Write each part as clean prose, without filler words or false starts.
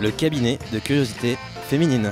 le cabinet de curiosité féminine.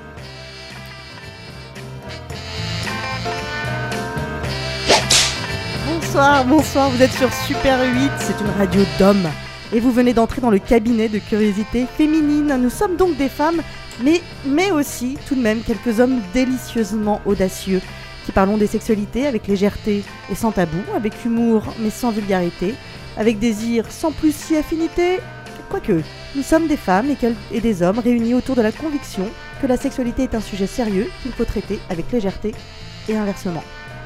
Bonsoir, vous êtes sur Super 8, c'est une radio d'hommes. Et vous venez d'entrer dans le cabinet de curiosité féminine. Nous sommes donc des femmes, mais aussi tout de même quelques hommes délicieusement audacieux, qui parlons des sexualités avec légèreté et sans tabou, avec humour mais sans vulgarité, avec désir sans plus si affinité. Quoique, nous sommes des femmes et des hommes réunis autour de la conviction que la sexualité est un sujet sérieux qu'il faut traiter avec légèreté et inversement.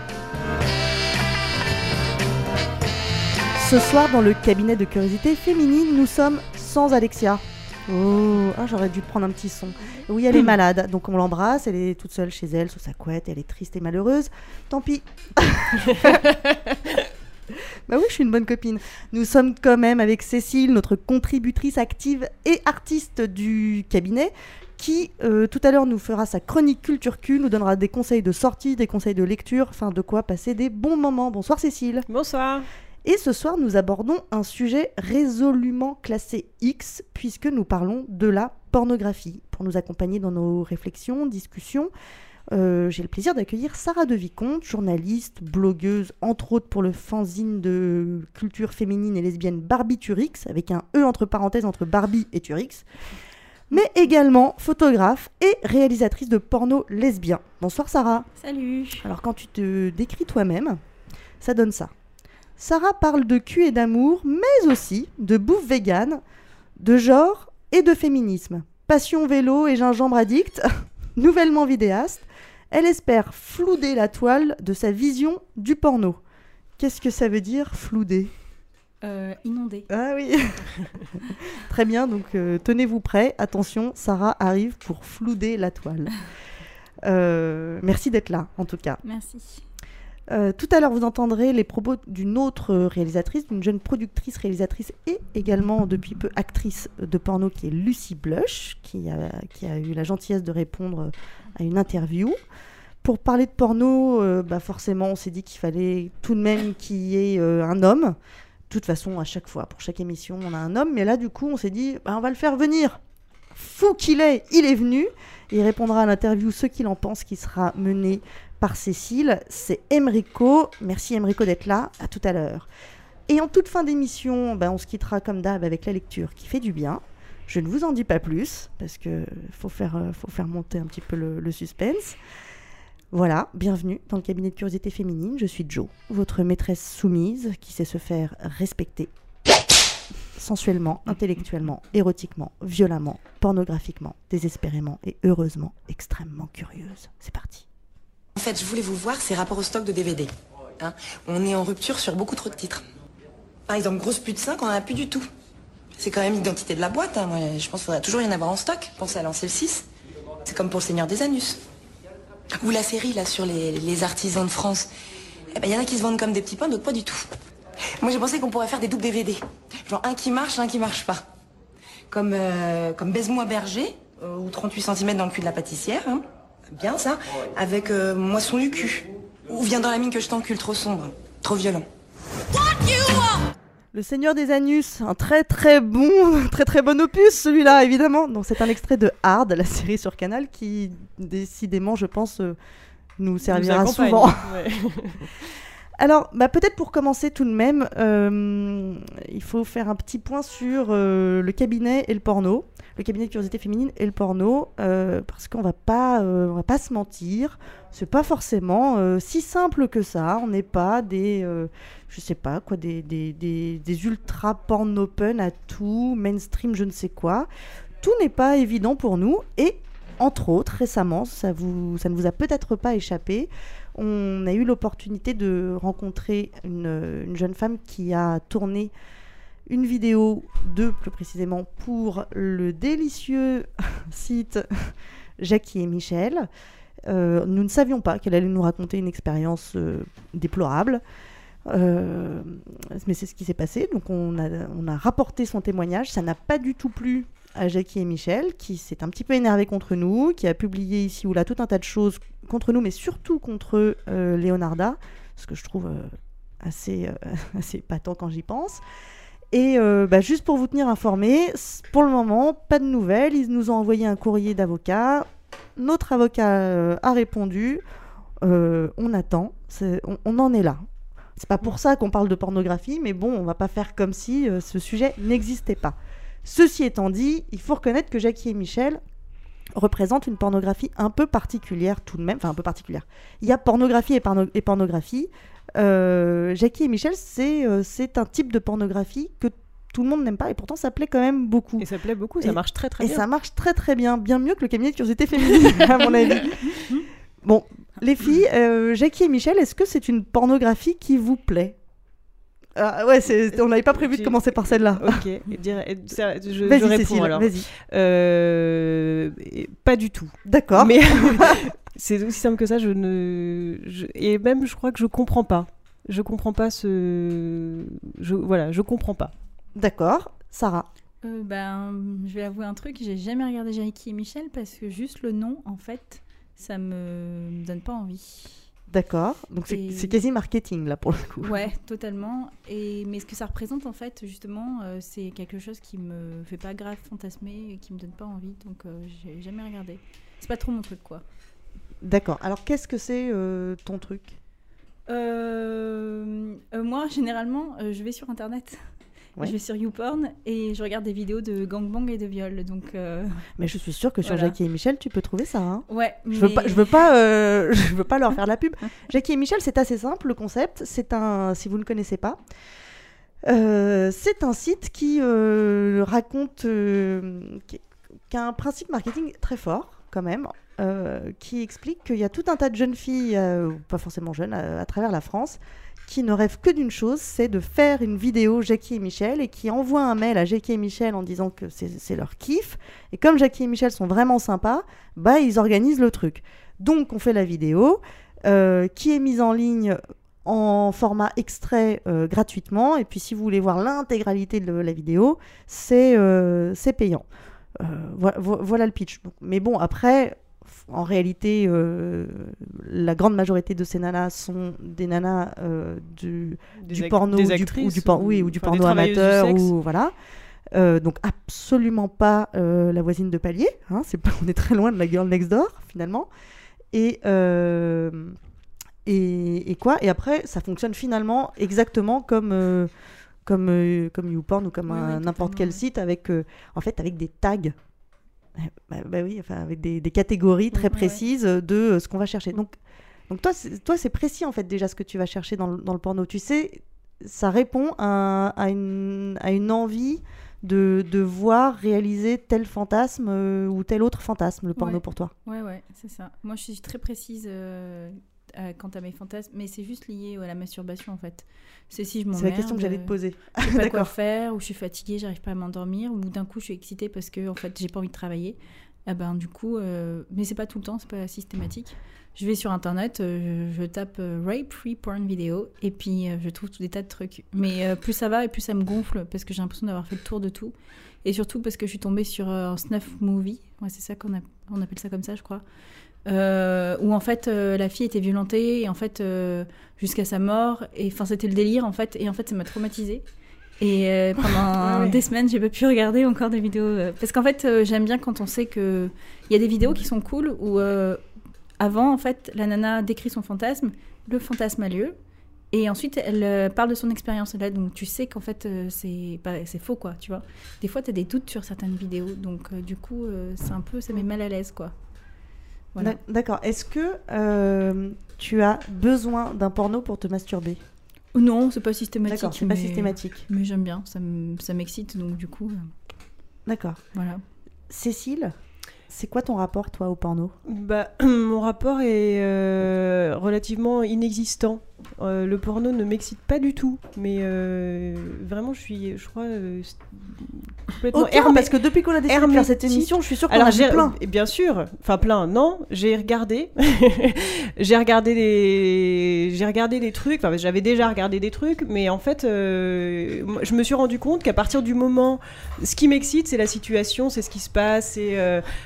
Ce soir, dans le cabinet de curiosité féminine, nous sommes sans Alexia. J'aurais dû prendre un petit son. Oui, elle est malade, donc on l'embrasse, elle est toute seule chez elle, sous sa couette, elle est triste et malheureuse. Tant pis. Bah oui, je suis une bonne copine. Nous sommes quand même avec Cécile, notre contributrice active et artiste du cabinet, qui tout à l'heure nous fera sa chronique Culture Q, nous donnera des conseils de sortie, des conseils de lecture, enfin de quoi passer des bons moments. Bonsoir Cécile. Bonsoir. Et ce soir, nous abordons un sujet résolument classé X, puisque nous parlons de la pornographie. Pour nous accompagner dans nos réflexions, discussions, j'ai le plaisir d'accueillir Sarah de Vicomte, journaliste, blogueuse, entre autres pour le fanzine de culture féminine et lesbienne Barbiturix, avec un E entre parenthèses entre Barbie et Turix, mais également photographe et réalisatrice de porno lesbien. Bonsoir Sarah. Salut. Alors quand tu te décris toi-même, ça donne ça. Sarah parle de cul et d'amour, mais aussi de bouffe végane, de genre et de féminisme. Passion vélo et gingembre addict, nouvellement vidéaste, elle espère flouder la toile de sa vision du porno. Qu'est-ce que ça veut dire, flouder ? Inondé. Ah oui. Très bien, donc tenez-vous prêts. Attention, Sarah arrive pour flouder la toile. Merci d'être là, en tout cas. Merci. Tout à l'heure, vous entendrez les propos d'une autre réalisatrice, d'une jeune productrice, réalisatrice et également depuis peu actrice de porno qui est Lucie Blush, qui a eu la gentillesse de répondre à une interview. Pour parler de porno, forcément, on s'est dit qu'il fallait tout de même qu'il y ait un homme. De toute façon, à chaque fois, pour chaque émission, on a un homme. Mais là, du coup, on s'est dit, on va le faire venir. Fou qu'il est, il est venu. Et il répondra à l'interview ce qu'il en pense, qui sera menée par Cécile. C'est Emrico. Merci Emrico d'être là. À tout à l'heure. Et en toute fin d'émission, on se quittera comme d'hab avec la lecture qui fait du bien. Je ne vous en dis pas plus, parce qu'il faut faire monter un petit peu le suspense. Voilà, bienvenue dans le cabinet de curiosité féminine. Je suis Jo, votre maîtresse soumise qui sait se faire respecter. Sensuellement, intellectuellement, érotiquement, violemment, pornographiquement, désespérément et heureusement extrêmement curieuse. C'est parti. En fait, je voulais vous voir ces rapports au stock de DVD. On est en rupture sur beaucoup trop de titres. Par exemple, Grosse pute 5, on en a plus du tout. C'est quand même l'identité de la boîte. Moi, je pense qu'il faudrait toujours y en avoir en stock. Pensez à lancer le 6. C'est comme pour le Seigneur des Anus. Ou la série là sur les artisans de France. Il y en a qui se vendent comme des petits pains, d'autres pas du tout. Moi j'ai pensé qu'on pourrait faire des doubles DVD. Genre un qui marche pas. Comme Baise-moi berger, ou 38 cm dans le cul de la pâtissière. Bien ça. Avec Moisson du cul. Ou Viens dans la mine que je t'encule, trop sombre. Trop violent. Le Seigneur des Anus, un très très bon opus celui-là évidemment. Donc c'est un extrait de Hard, la série sur Canal qui décidément je pense nous servira souvent. Ouais. Alors peut-être pour commencer tout de même, il faut faire un petit point sur le cabinet et le porno, le cabinet de curiosité féminine et le porno, parce qu'on va pas se mentir, c'est pas forcément si simple que ça. On n'est pas des ultra porn open à tout, mainstream je ne sais quoi. Tout n'est pas évident pour nous et entre autres récemment, ça ne vous a peut-être pas échappé, on a eu l'opportunité de rencontrer une jeune femme qui a tourné une vidéo plus précisément pour le délicieux site Jackie et Michel. Nous ne savions pas qu'elle allait nous raconter une expérience déplorable. Mais c'est ce qui s'est passé. Donc on a rapporté son témoignage. Ça n'a pas du tout plu à Jackie et Michel, qui s'est un petit peu énervé contre nous, qui a publié ici ou là tout un tas de choses contre nous, mais surtout contre Leonarda, ce que je trouve assez patent quand j'y pense. Et juste pour vous tenir informés, pour le moment, pas de nouvelles. Ils nous ont envoyé un courrier d'avocat. Notre avocat a répondu. On attend. On en est là. C'est pas pour ça qu'on parle de pornographie, mais bon, on va pas faire comme si ce sujet n'existait pas. Ceci étant dit, il faut reconnaître que Jackie et Michel représentent une pornographie un peu particulière tout de même. Enfin, un peu particulière. Il y a pornographie et pornographie. Jackie et Michel, c'est un type de pornographie que tout le monde n'aime pas et pourtant ça plaît quand même beaucoup. Et ça plaît beaucoup, ça marche très très bien. Et ça marche très très bien, bien mieux que le cabinet de curiosité féminine, à mon avis. Bon, les filles, Jackie et Michel, est-ce que c'est une pornographie qui vous plaît ? Ouais, on n'avait pas prévu de commencer par celle-là. Ok, je vas-y, réponds Cécile, alors. Vas-y. Pas du tout. D'accord. Mais c'est aussi simple que ça. Et même, je crois que je comprends pas. Je comprends pas je comprends pas. D'accord. Sarah. Je vais avouer un truc. J'ai jamais regardé Jackie et Michel parce que juste le nom, en fait, ça me donne pas envie. D'accord. Donc c'est quasi marketing là pour le coup. Ouais, totalement. Mais ce que ça représente en fait, justement, c'est quelque chose qui me fait pas grave fantasmer et qui me donne pas envie. Donc j'ai jamais regardé. C'est pas trop mon truc, quoi. D'accord. Alors qu'est-ce que c'est ton truc ? Moi, généralement, je vais sur Internet. Ouais. Je vais sur YouPorn et je regarde des vidéos de gangbang et de viol. Donc, mais je suis sûre que sur Jackie et Michel, tu peux trouver ça. Hein. Ouais. Je veux pas leur faire la pub. Jackie et Michel, c'est assez simple le concept. Si vous ne connaissez pas, c'est un site qui raconte, qui a un principe marketing très fort quand même, qui explique qu'il y a tout un tas de jeunes filles, pas forcément jeunes, à travers la France, qui ne rêvent que d'une chose, c'est de faire une vidéo Jackie et Michel et qui envoient un mail à Jackie et Michel en disant que c'est leur kiff. Et comme Jackie et Michel sont vraiment sympas, ils organisent le truc. Donc on fait la vidéo qui est mise en ligne en format extrait gratuitement. Et puis si vous voulez voir l'intégralité de la vidéo, c'est payant. Voilà le pitch. Mais bon, après... En réalité, la grande majorité de ces nanas sont des nanas du porno ou du porno amateur. Voilà. Donc absolument pas la voisine de palier. Hein, on est très loin de la girl next door, finalement. Et quoi ? Et après, ça fonctionne finalement exactement comme YouPorn ou comme n'importe quel site avec des tags. Oui, enfin, avec des catégories très précises de ce qu'on va chercher. Donc toi, c'est précis en fait déjà ce que tu vas chercher dans le porno. Tu sais, ça répond à une envie de voir réaliser tel fantasme ou tel autre fantasme, le porno pour toi. Ouais, c'est ça. Moi, je suis très précise quant à mes fantasmes, mais c'est juste lié à la masturbation en fait. C'est si je m'emmerde. C'est la question que j'allais te poser. Je sais pas quoi faire, ou je suis fatiguée, j'arrive pas à m'endormir, ou d'un coup je suis excitée parce que en fait j'ai pas envie de travailler. Du coup, mais c'est pas tout le temps, c'est pas systématique. Je vais sur internet, je tape rape free porn vidéo et puis je trouve tout des tas de trucs. Mais plus ça va et plus ça me gonfle parce que j'ai l'impression d'avoir fait le tour de tout. Et surtout parce que je suis tombée sur un snuff movie. Ouais, c'est ça on appelle ça comme ça, je crois. Où en fait la fille était violentée et en fait jusqu'à sa mort et enfin c'était le délire en fait et en fait ça m'a traumatisée et pendant des semaines j'ai pas pu regarder encore des vidéos parce qu'en fait j'aime bien quand on sait que il y a des vidéos qui sont cool où avant en fait la nana décrit son fantasme, le fantasme a lieu et ensuite elle parle de son expérience là, donc tu sais qu'en fait c'est faux quoi, tu vois. Des fois t'as des doutes sur certaines vidéos donc du coup ça met mal à l'aise quoi. Voilà. D'accord. Est-ce que tu as besoin d'un porno pour te masturber ? Non, c'est pas systématique. D'accord, c'est pas systématique. Mais j'aime bien, ça m'excite, donc du coup... D'accord. Voilà. Cécile, c'est quoi ton rapport, toi, au porno ? Mon rapport est relativement inexistant. Le porno ne m'excite pas du tout, mais vraiment, je crois, complètement Aucun, parce que depuis qu'on a décidé de faire cette émission, je suis sûre qu'on a vu plein. Bien sûr, enfin plein, non, j'ai regardé j'ai regardé des trucs, enfin j'avais déjà regardé des trucs, mais en fait je me suis rendu compte qu'à partir du moment, ce qui m'excite, c'est la situation, c'est ce qui se passe, c'est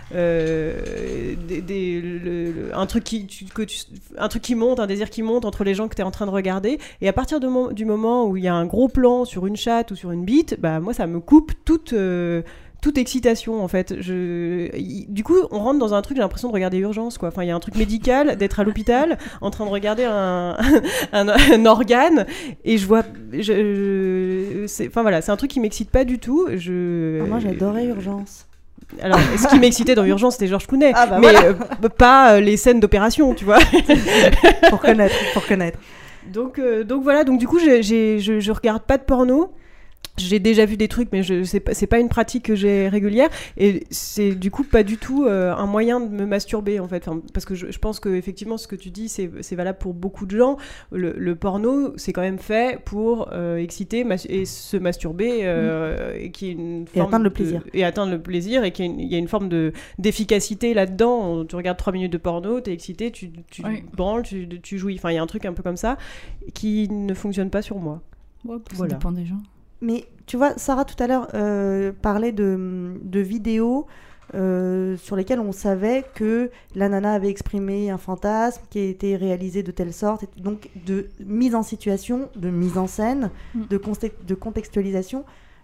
un truc qui monte, un désir qui monte entre les gens que tu es en train de regarder, et à partir du moment où il y a un gros plan sur une chatte ou sur une bite, bah moi ça me coupe toute excitation en fait. Du coup on rentre dans un truc, j'ai l'impression de regarder Urgence quoi. Enfin il y a un truc médical, d'être à l'hôpital en train de regarder un organe, et je vois enfin voilà, c'est un truc qui m'excite pas du tout. Moi j'adorais Urgence. Alors, ce qui m'excitait dans Urgence, c'était Georges Clooney, mais voilà. Pas les scènes d'opération, tu vois. Pour connaître. Donc voilà, donc du coup, je regarde pas de porno. J'ai déjà vu des trucs, mais c'est pas une pratique que j'ai régulière, et c'est du coup pas du tout un moyen de me masturber en fait, parce que je pense que effectivement ce que tu dis c'est valable pour beaucoup de gens. Le porno c'est quand même fait pour exciter et se masturber, et qui est une forme atteindre le plaisir. Et atteindre le plaisir, et qu'il y a une forme d'efficacité là-dedans. Tu regardes 3 minutes de porno, t'es excité, tu branles, tu jouis. Enfin il y a un truc un peu comme ça qui ne fonctionne pas sur moi. Ouais, ça dépend des gens. Mais tu vois, Sarah tout à l'heure parlait de vidéos sur lesquelles on savait que la nana avait exprimé un fantasme qui a été réalisé de telle sorte, et donc de mise en situation, de mise en scène, de contextualisation.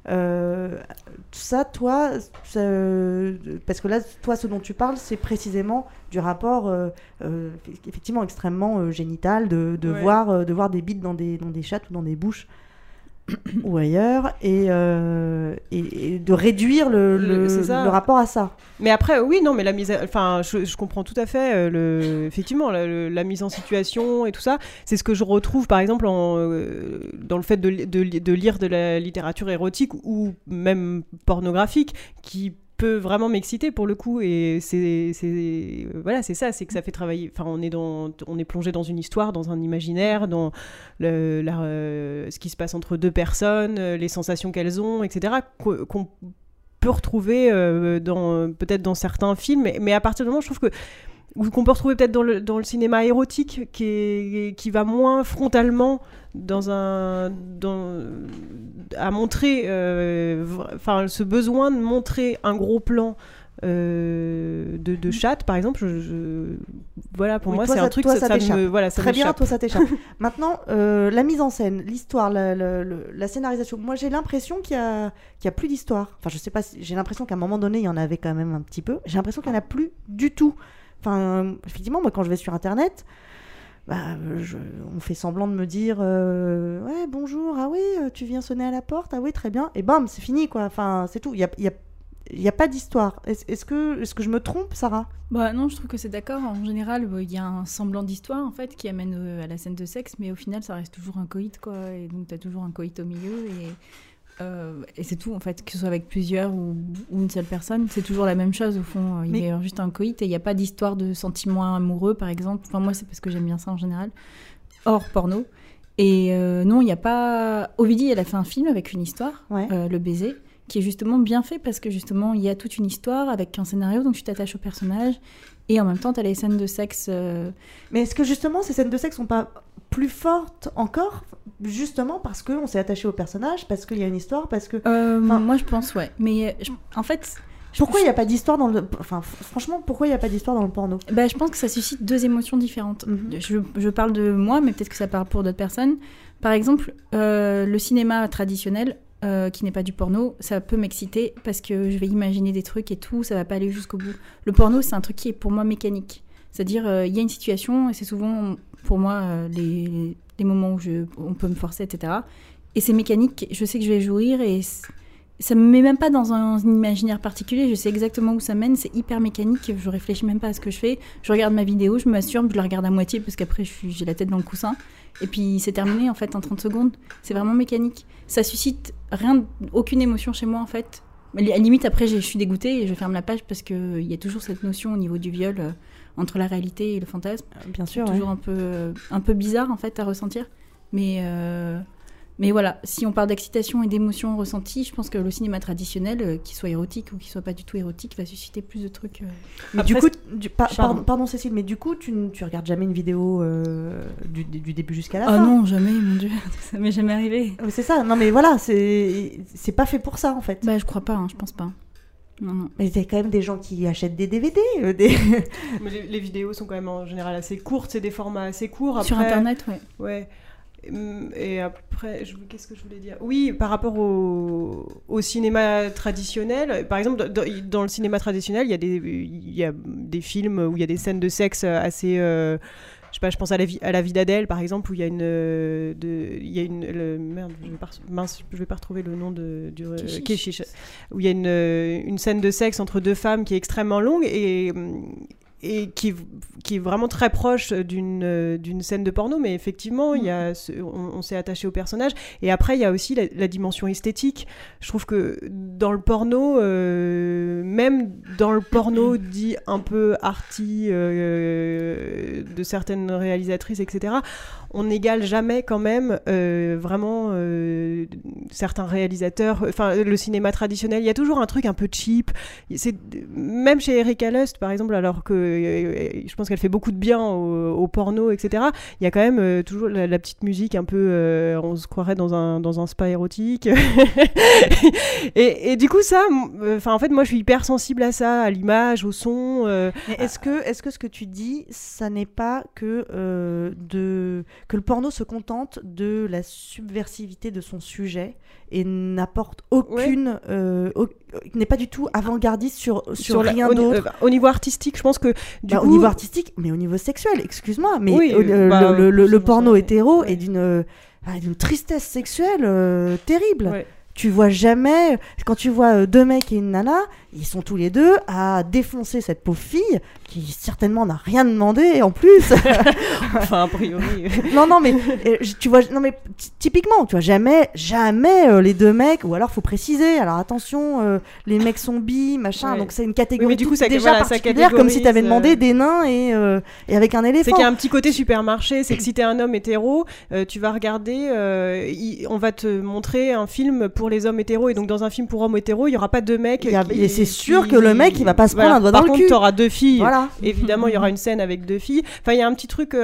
Ça, toi, parce que là, toi, ce dont tu parles, c'est précisément du rapport effectivement extrêmement génital, de voir des bites dans des chattes ou dans des bouches ou ailleurs, et de réduire le rapport à ça. Mais après, oui, non, mais je comprends tout à fait effectivement la mise en situation et tout ça. C'est ce que je retrouve par exemple dans le fait de lire de la littérature érotique ou même pornographique, qui peut vraiment m'exciter pour le coup, et c'est ça, c'est que ça fait travailler. Enfin, on est plongé dans une histoire, dans un imaginaire, dans ce qui se passe entre deux personnes, les sensations qu'elles ont, etc., qu'on peut retrouver peut-être dans certains films, mais à partir du moment, je trouve qu'on peut retrouver peut-être dans le cinéma érotique, qui va moins frontalement à montrer ce besoin de montrer un gros plan de chatte par exemple. Voilà, pour moi c'est un truc, ça m'échappe. Très bien, toi ça t'échappe. Maintenant la mise en scène, l'histoire, la scénarisation, moi j'ai l'impression qu'il y a plus d'histoire. Enfin je sais pas, j'ai l'impression qu'à un moment donné il y en avait quand même un petit peu, j'ai l'impression qu'il n'y en a plus du tout. Enfin effectivement, moi quand je vais sur internet, on fait semblant de me dire ouais bonjour, ah oui tu viens sonner à la porte, ah oui très bien, et bam c'est fini quoi. Enfin c'est tout, il y a pas d'histoire. Est-ce que je me trompe, Sarah? Non, je trouve que c'est d'accord. En général il y a un semblant d'histoire en fait qui amène à la scène de sexe, mais au final ça reste toujours un coït quoi, et donc t'as toujours un coït au milieu, et c'est tout en fait, que ce soit avec plusieurs ou une seule personne, c'est toujours la même chose au fond. Il va y avoir juste un coït, et il n'y a pas d'histoire de sentiments amoureux par exemple. Enfin moi c'est parce que j'aime bien ça en général, hors porno. Et non, il n'y a pas... Ovidie, elle a fait un film avec une histoire, Le Baiser, qui est justement bien fait parce que justement il y a toute une histoire avec un scénario, donc tu t'attaches au personnage, et en même temps tu as les scènes de sexe. Mais est-ce que justement ces scènes de sexe sont pas plus fortes encore, justement parce qu'on s'est attaché au personnage, parce qu'il y a une histoire, parce que... Moi je pense, ouais. Mais en fait... Pourquoi il n'y a pas d'histoire dans le... Enfin, franchement, pourquoi il n'y a pas d'histoire dans le porno ? Je pense que ça suscite deux émotions différentes. Je parle de moi, mais peut-être que ça parle pour d'autres personnes. Par exemple, le cinéma traditionnel, qui n'est pas du porno, ça peut m'exciter parce que je vais imaginer des trucs et tout, ça va pas aller jusqu'au bout. Le porno, c'est un truc qui est pour moi mécanique. C'est-à-dire, il y a une situation, et c'est souvent, pour moi, les moments où on peut me forcer, etc. Et c'est mécanique, je sais que je vais jouir, et... ça me met même pas dans un imaginaire particulier, je sais exactement où ça mène, c'est hyper mécanique, je réfléchis même pas à ce que je fais, je regarde ma vidéo, je me masturbe, je la regarde à moitié parce qu'après j'ai la tête dans le coussin, et puis c'est terminé en fait en 30 secondes, c'est vraiment mécanique, ça suscite aucune émotion chez moi en fait, à la limite après je suis dégoûtée et je ferme la page parce qu'il y a toujours cette notion au niveau du viol entre la réalité et le fantasme, bien sûr, toujours un peu bizarre en fait à ressentir, mais Mais voilà, si on parle d'excitation et d'émotions ressenties, je pense que le cinéma traditionnel, qu'il soit érotique ou qu'il soit pas du tout érotique, va susciter plus de trucs. Mais Après, du coup, pardon Cécile, mais du coup, tu regardes jamais une vidéo du début jusqu'à la fin. Ah non, jamais, mon Dieu, ça m'est jamais arrivé. C'est ça, non mais voilà, c'est pas fait pour ça en fait. Bah, je crois pas, je pense pas. Non. Mais il y a quand même des gens qui achètent des DVD. Mais les vidéos sont quand même en général assez courtes, c'est des formats assez courts. Après, sur Internet, ouais. Ouais. Et après, qu'est-ce que je voulais dire ? Oui, par rapport au cinéma traditionnel, par exemple, dans le cinéma traditionnel, il y a des films où il y a des scènes de sexe assez... je sais pas, je pense à la vie d'Adèle, par exemple, où il y a merde, je vais pas retrouver le nom du Keshish, où il y a une scène de sexe entre deux femmes qui est extrêmement longue et qui est vraiment très proche d'une scène de porno, mais effectivement, on s'est attaché au personnage. Et après, il y a aussi la dimension esthétique. Je trouve que dans le porno, même dans le porno dit un peu arty de certaines réalisatrices, etc., on n'égale jamais quand même vraiment certains réalisateurs. Enfin, le cinéma traditionnel, il y a toujours un truc un peu cheap. Même chez Erika Lust, par exemple, alors que je pense qu'elle fait beaucoup de bien au porno, etc. Il y a quand même toujours la petite musique un peu, on se croirait dans un spa érotique. et du coup ça, en fait moi je suis hyper sensible à ça, à l'image, au son. Mais est-ce que ce que tu dis, ça n'est pas que le porno se contente de la subversivité de son sujet et n'apporte aucune n'est pas du tout avant-gardiste sur rien d'autre. Au niveau artistique, je pense que au niveau artistique, mais au niveau sexuel, excuse-moi, mais oui, le porno hétéro est d'une tristesse sexuelle terrible. Ouais. Tu vois jamais, quand tu vois deux mecs et une nana, ils sont tous les deux à défoncer cette pauvre fille qui certainement n'a rien demandé en plus. Enfin, a priori. non mais tu vois, typiquement, tu vois jamais les deux mecs, ou alors faut préciser. Alors attention, les mecs sont bi, machin, ouais. Donc c'est une catégorie mais du coup, déjà particulière, comme si t'avais demandé des nains et avec un éléphant. C'est qu'il y a un petit côté supermarché, c'est que si t'es un homme hétéro, tu vas regarder, on va te montrer un film pour les hommes hétéros, et donc dans un film pour hommes hétéros, il y aura pas deux mecs. Et c'est sûr que le mec il va pas se prendre un doigt dans le cul. Par contre, t'auras deux filles. Voilà. Évidemment, il y aura une scène avec deux filles. Enfin, il y a un petit truc.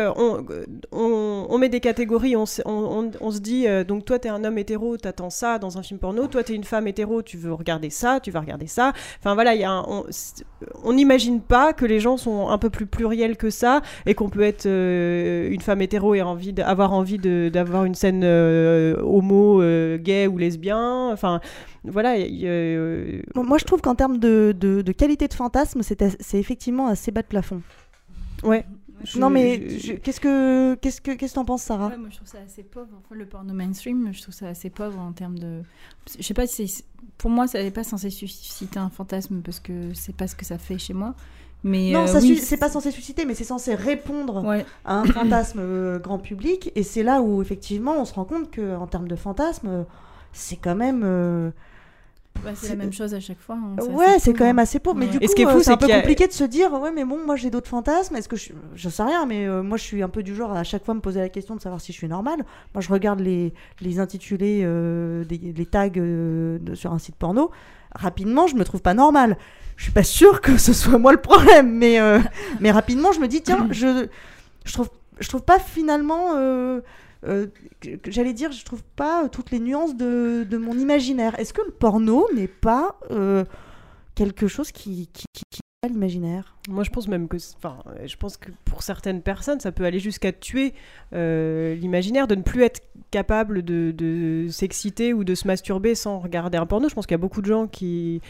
On met des catégories. On se dit donc toi t'es un homme hétéro, t'attends ça dans un film porno. Toi t'es une femme hétéro, tu veux regarder ça, tu vas regarder ça. Enfin voilà, on n'imagine pas que les gens sont un peu plus pluriels que ça et qu'on peut être une femme hétéro et avoir envie d'avoir une scène homo, gay ou lesbien. Enfin voilà. Moi je trouve qu'en termes de qualité de fantasme, c'est effectivement assez bas de plafond. Ouais. Qu'est-ce que t'en penses, Sarah ? Ouais, moi je trouve ça assez pauvre. Enfin, le porno mainstream, je trouve ça assez pauvre en termes de. Je sais pas si pour moi ça n'est pas censé susciter un fantasme parce que c'est pas ce que ça fait chez moi. Mais non, c'est pas censé susciter, mais c'est censé répondre à un fantasme grand public. Et c'est là où effectivement on se rend compte qu'en termes de fantasme, c'est quand même. C'est la même chose à chaque fois. Hein. C'est quand même assez pauvre. Mais du coup, c'est un peu compliqué de se dire ouais, mais bon, moi j'ai d'autres fantasmes. Est-ce que je sais rien, mais moi je suis un peu du genre à chaque fois me poser la question de savoir si je suis normale. Moi je regarde les intitulés, les tags sur un site porno. Rapidement, je me trouve pas normale. Je suis pas sûre que ce soit moi le problème, mais rapidement, je me dis tiens, je trouve pas finalement. J'allais dire, je trouve pas toutes les nuances de mon imaginaire. Est-ce que le porno n'est pas quelque chose qui a l'imaginaire ? Moi, je pense même que, je pense que pour certaines personnes, ça peut aller jusqu'à tuer l'imaginaire, de ne plus être capable de s'exciter ou de se masturber sans regarder un porno. Je pense qu'il y a beaucoup de gens qui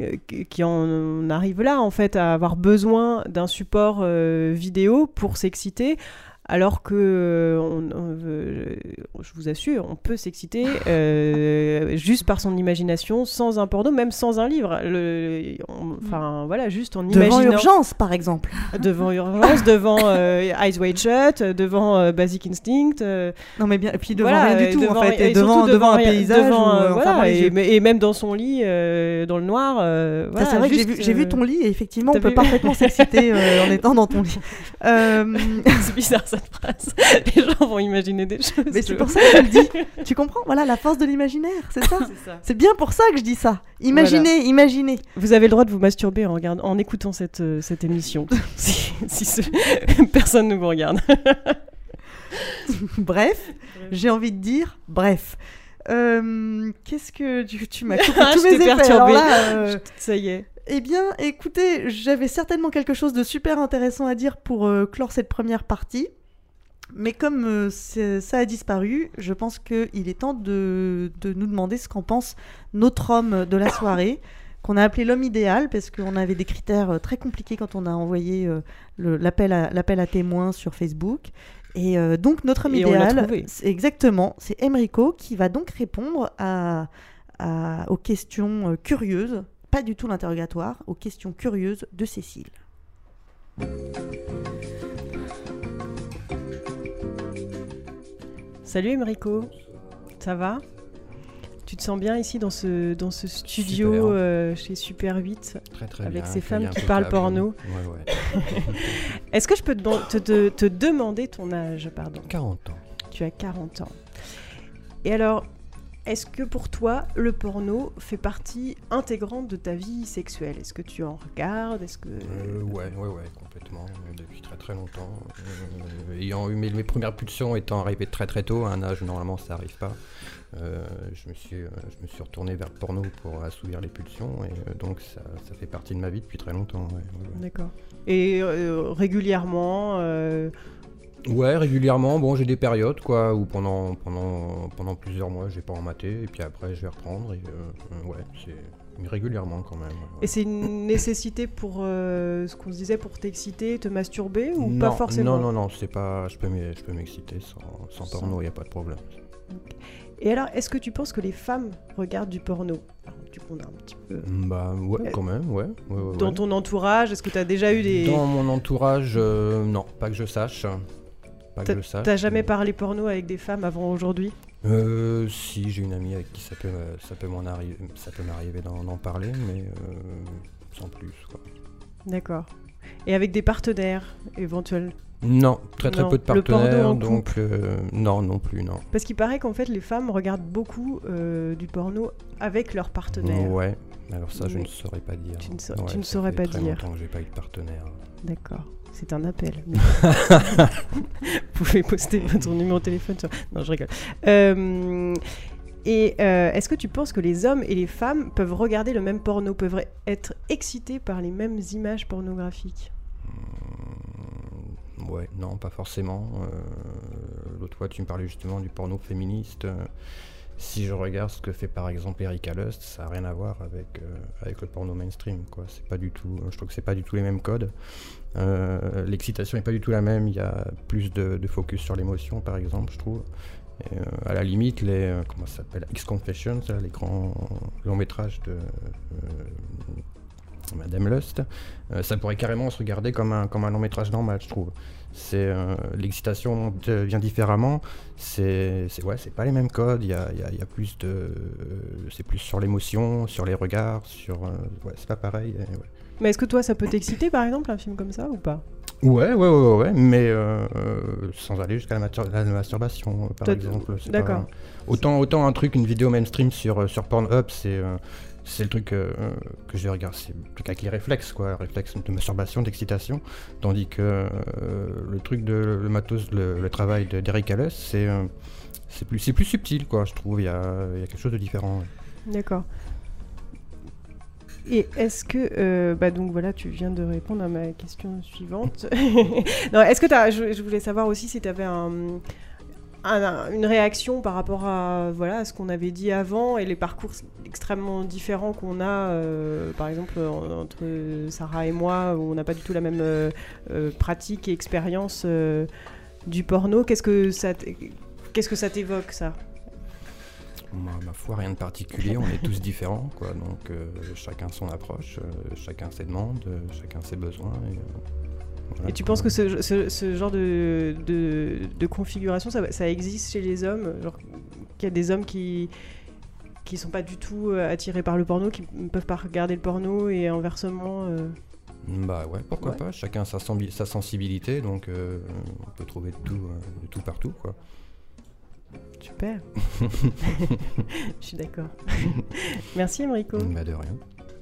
en arrivent là, en fait, à avoir besoin d'un support vidéo pour s'exciter. Alors que, je vous assure, on peut s'exciter juste par son imagination, sans un porno, même sans un livre. Voilà, juste en imaginant. Devant Urgence, par exemple. Devant Urgence, devant Eyes Wide Shut, devant Basic Instinct. Non, mais bien, et puis devant rien du tout, en fait. Et devant un paysage. Et même dans son lit, dans le noir. C'est vrai que j'ai vu ton lit, et effectivement, on peut parfaitement s'exciter en étant dans ton lit. C'est bizarre, ça. cette phrase. Les gens vont imaginer des choses. Mais c'est pour ça que je le dis. Tu comprends? Voilà, la force de l'imaginaire, c'est ça. C'est bien pour ça que je dis ça. Imaginez, imaginez. Vous avez le droit de vous masturber en écoutant cette émission. Personne ne vous regarde. Bref, j'ai envie de dire, bref. Qu'est-ce que tu m'as coupé tous mes effets. Perturbée. Alors là, ça y est. Eh bien, écoutez, j'avais certainement quelque chose de super intéressant à dire pour clore cette première partie. Mais comme ça a disparu, je pense qu'il est temps de nous demander ce qu'en pense notre homme de la soirée, qu'on a appelé l'homme idéal, parce qu'on avait des critères très compliqués quand on a envoyé l'appel à témoins sur Facebook. Et donc, notre homme idéal, c'est Emrico, qui va donc répondre aux questions curieuses, pas du tout l'interrogatoire, aux questions curieuses de Cécile. Salut Emrico, ça va? Tu te sens bien ici dans ce studio chez Super 8 très avec bien, ces femmes qui parlent porno? Ouais. Est-ce que je peux te demander ton âge, pardon? 40 ans. Tu as 40 ans. Et alors, est-ce que pour toi, le porno fait partie intégrante de ta vie sexuelle? Est-ce que tu en regardes? Ouais, complètement. Depuis très très longtemps. Ayant eu mes premières pulsions étant arrivées très très tôt, à un âge où normalement ça n'arrive pas, je me suis retourné vers le porno pour assouvir les pulsions. Et donc ça fait partie de ma vie depuis très longtemps. Ouais. D'accord. Et régulièrement Ouais, régulièrement. Bon, j'ai des périodes quoi où pendant plusieurs mois, je vais pas en mater et puis après je vais reprendre. Et ouais, c'est régulièrement quand même. Et c'est une nécessité pour ce qu'on se disait, pour t'exciter, te masturber ou pas forcément? Non, c'est pas. Je peux m'exciter sans porno, y a pas de problème. Okay. Et alors, est-ce que tu penses que les femmes regardent du porno? Alors, du coup, on a un petit peu. Bah ouais, quand même, ouais. Dans ton entourage, est-ce que tu as déjà eu des... Dans mon entourage, non, pas que je sache. T'as jamais parlé porno avec des femmes avant aujourd'hui? Si, j'ai une amie avec qui ça peut m'arriver d'en parler, mais sans plus, quoi. D'accord. Et avec des partenaires éventuels? Non, très peu de partenaires, donc non plus, non. Parce qu'il paraît qu'en fait les femmes regardent beaucoup du porno avec leurs partenaires. Ouais, alors ça je ne saurais pas dire. Tu ne saurais pas dire. Ça fait très longtemps que j'ai pas eu de partenaire. D'accord. C'est un appel. Vous pouvez poster votre numéro de téléphone sur... Non, je rigole. Est-ce que tu penses que les hommes et les femmes peuvent regarder le même porno, peuvent être excités par les mêmes images pornographiques? Ouais, non, pas forcément. L'autre fois, tu me parlais justement du porno féministe. Si je regarde ce que fait par exemple Erika Lust, ça n'a rien à voir avec le porno mainstream, quoi. C'est pas du tout, je trouve que c'est pas du tout les mêmes codes. L'excitation n'est pas du tout la même. Il y a plus de focus sur l'émotion, par exemple, je trouve. Et, à la limite, comment ça s'appelle, X-Confessions, les grands longs métrages de Madame Lust, ça pourrait carrément se regarder comme un long métrage normal, je trouve. C'est l'excitation vient différemment. C'est pas les mêmes codes. Il y a plus de, c'est plus sur l'émotion, sur les regards, c'est pas pareil. Ouais. Mais est-ce que toi, ça peut t'exciter, par exemple, un film comme ça ou pas? Ouais, mais sans aller jusqu'à la masturbation, par exemple. D'accord. Autant un truc, une vidéo mainstream sur Pornhub, c'est le truc que je regarde, c'est le truc avec les réflexes, quoi, réflexes de masturbation, d'excitation, tandis que le truc le matos, le travail d'Erika Lust, c'est plus subtil, quoi, je trouve, il y a quelque chose de différent. Ouais. D'accord. Et est-ce que, donc voilà, tu viens de répondre à ma question suivante. Non, est-ce que je voulais savoir aussi si tu avais une réaction par rapport à ce qu'on avait dit avant et les parcours extrêmement différents qu'on a, par exemple entre Sarah et moi, où on n'a pas du tout la même pratique et expérience du porno. Qu'est-ce que ça t'évoque, ça? Ma foi, rien de particulier, on est tous différents, quoi. Donc chacun son approche, chacun ses demandes, chacun ses besoins. Et tu penses que ce genre de configuration, ça existe chez les hommes, genre qu'il y a des hommes qui sont pas du tout attirés par le porno, qui ne peuvent pas regarder le porno, et inversement Bah ouais, pourquoi Ouais. pas. Chacun a sa sensibilité, donc on peut trouver de tout partout, quoi. Super. Je suis d'accord. Merci Enrico. Bah de rien.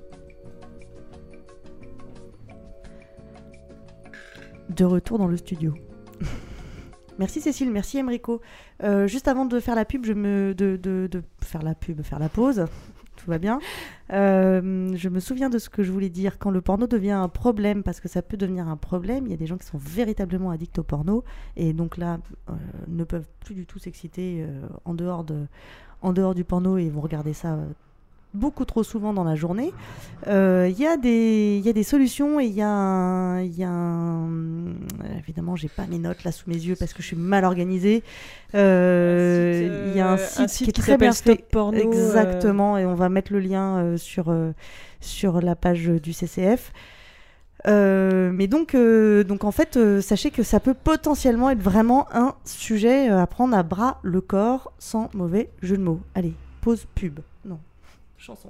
De retour dans le studio. Merci Cécile, merci Emrico. Juste avant de faire la pub, faire la pause, tout va bien. Je me souviens de ce que je voulais dire. Quand le porno devient un problème, parce que ça peut devenir un problème, il y a des gens qui sont véritablement addicts au porno et donc là ne peuvent plus du tout s'exciter en dehors du porno et vont regarder ça beaucoup trop souvent dans la journée. Il y a des solutions et il y a un... Évidemment, j'ai pas mes notes là sous mes yeux parce que je suis mal organisée. Il y a un site qui est très bien Stop fait. Porno. Exactement, et on va mettre le lien sur la page du CCF. Mais donc en fait, sachez que ça peut potentiellement être vraiment un sujet à prendre à bras le corps, sans mauvais jeu de mots. Allez, pause pub. Non. Chanson.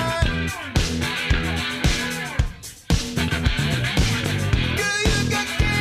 Girl, you got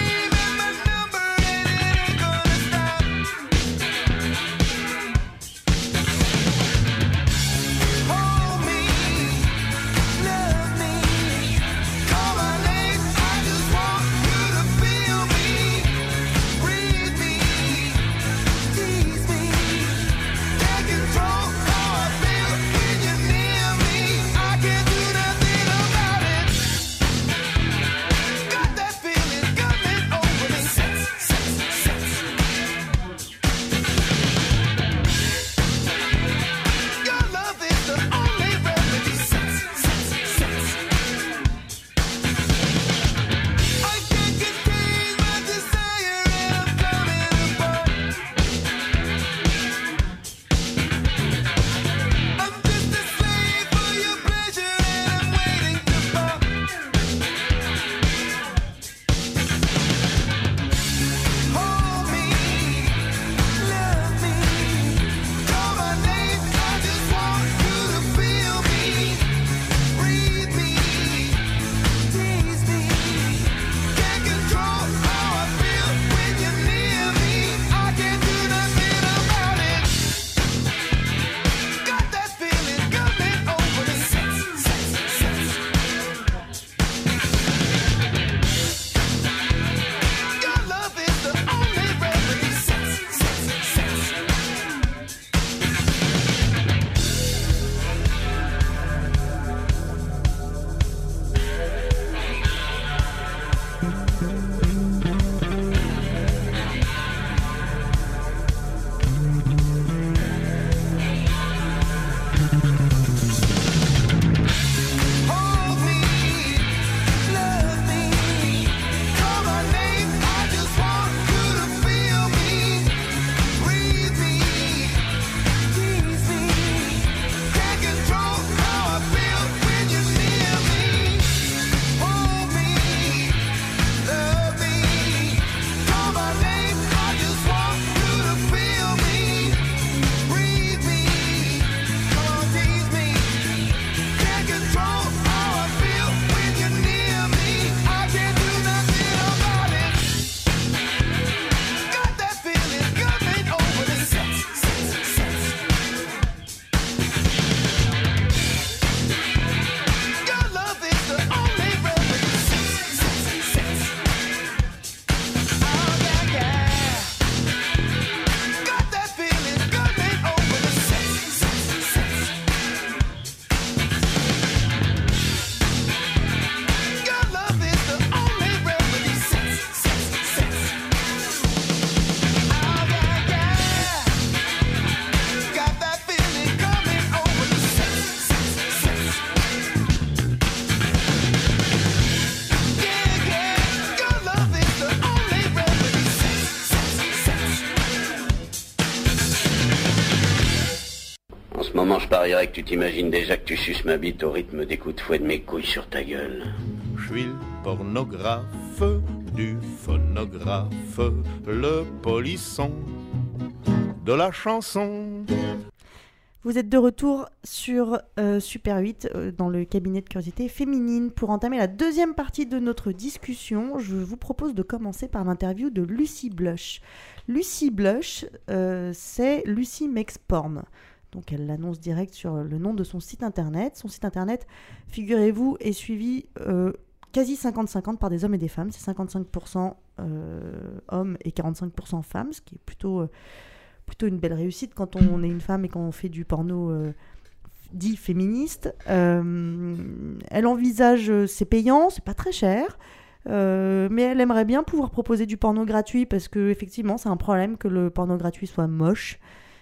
parierais que tu t'imagines déjà que tu suces ma bite au rythme des coups de fouet de mes couilles sur ta gueule. Je suis le pornographe du phonographe, le polisson de la chanson. Vous êtes de retour sur Super 8 dans le cabinet de curiosité féminine. Pour entamer la deuxième partie de notre discussion, je vous propose de commencer par l'interview de Lucy Blush. Lucy Blush, c'est Lucy Makes Porn. Donc elle l'annonce direct sur le nom de son site internet. Son site internet, figurez-vous, est suivi quasi 50-50 par des hommes et des femmes. C'est 55% hommes et 45% femmes, ce qui est plutôt une belle réussite quand on est une femme et quand on fait du porno dit féministe. Elle envisage, c'est payant, c'est pas très cher, mais elle aimerait bien pouvoir proposer du porno gratuit parce que effectivement c'est un problème que le porno gratuit soit moche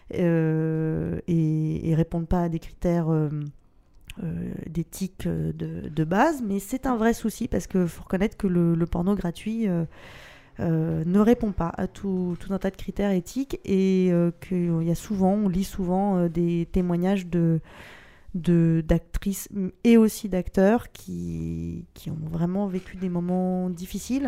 et réponde pas à des critères d'éthique de base, mais c'est un vrai souci parce qu'il faut reconnaître que le porno gratuit ne répond pas à tout un tas de critères éthiques et on lit souvent des témoignages d'actrices et aussi d'acteurs qui ont vraiment vécu des moments difficiles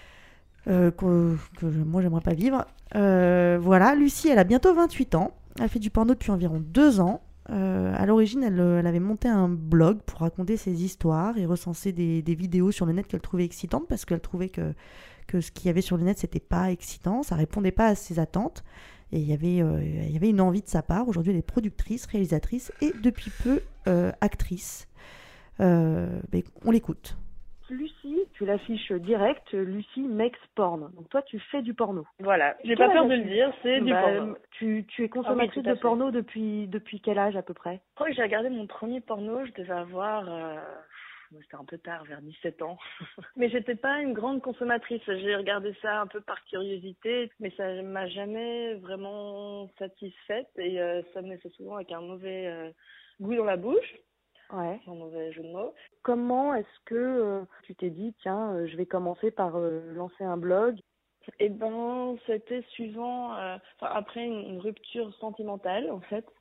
moi j'aimerais pas vivre. Voilà, Lucy, elle a bientôt 28 ans, elle fait du porno depuis environ 2 ans. À l'origine, elle avait monté un blog pour raconter ses histoires et recenser des vidéos sur le net qu'elle trouvait excitantes parce qu'elle trouvait que ce qu'il y avait sur le net, c'était pas excitant, ça répondait pas à ses attentes. Et il y avait une envie de sa part. Aujourd'hui, elle est productrice, réalisatrice et depuis peu actrice. Mais on l'écoute. Lucy, tu l'affiches direct, Lucy Makes Porn. Donc toi, tu fais du porno. Voilà, j'ai pas peur de le dire, c'est du porno. Tu es consommatrice de porno depuis quel âge à peu près? Je crois que j'ai regardé mon premier porno, je devais avoir... C'était un peu tard, vers 17 ans. Mais j'étais pas une grande consommatrice. J'ai regardé ça un peu par curiosité, mais ça m'a jamais vraiment satisfaite et ça me laissait souvent avec un mauvais goût dans la bouche. Ouais. Un mauvais jeu de mots. Comment est-ce que tu t'es dit, tiens, je vais commencer par lancer un blog? Eh ben, c'était suivant, après une rupture sentimentale, en fait.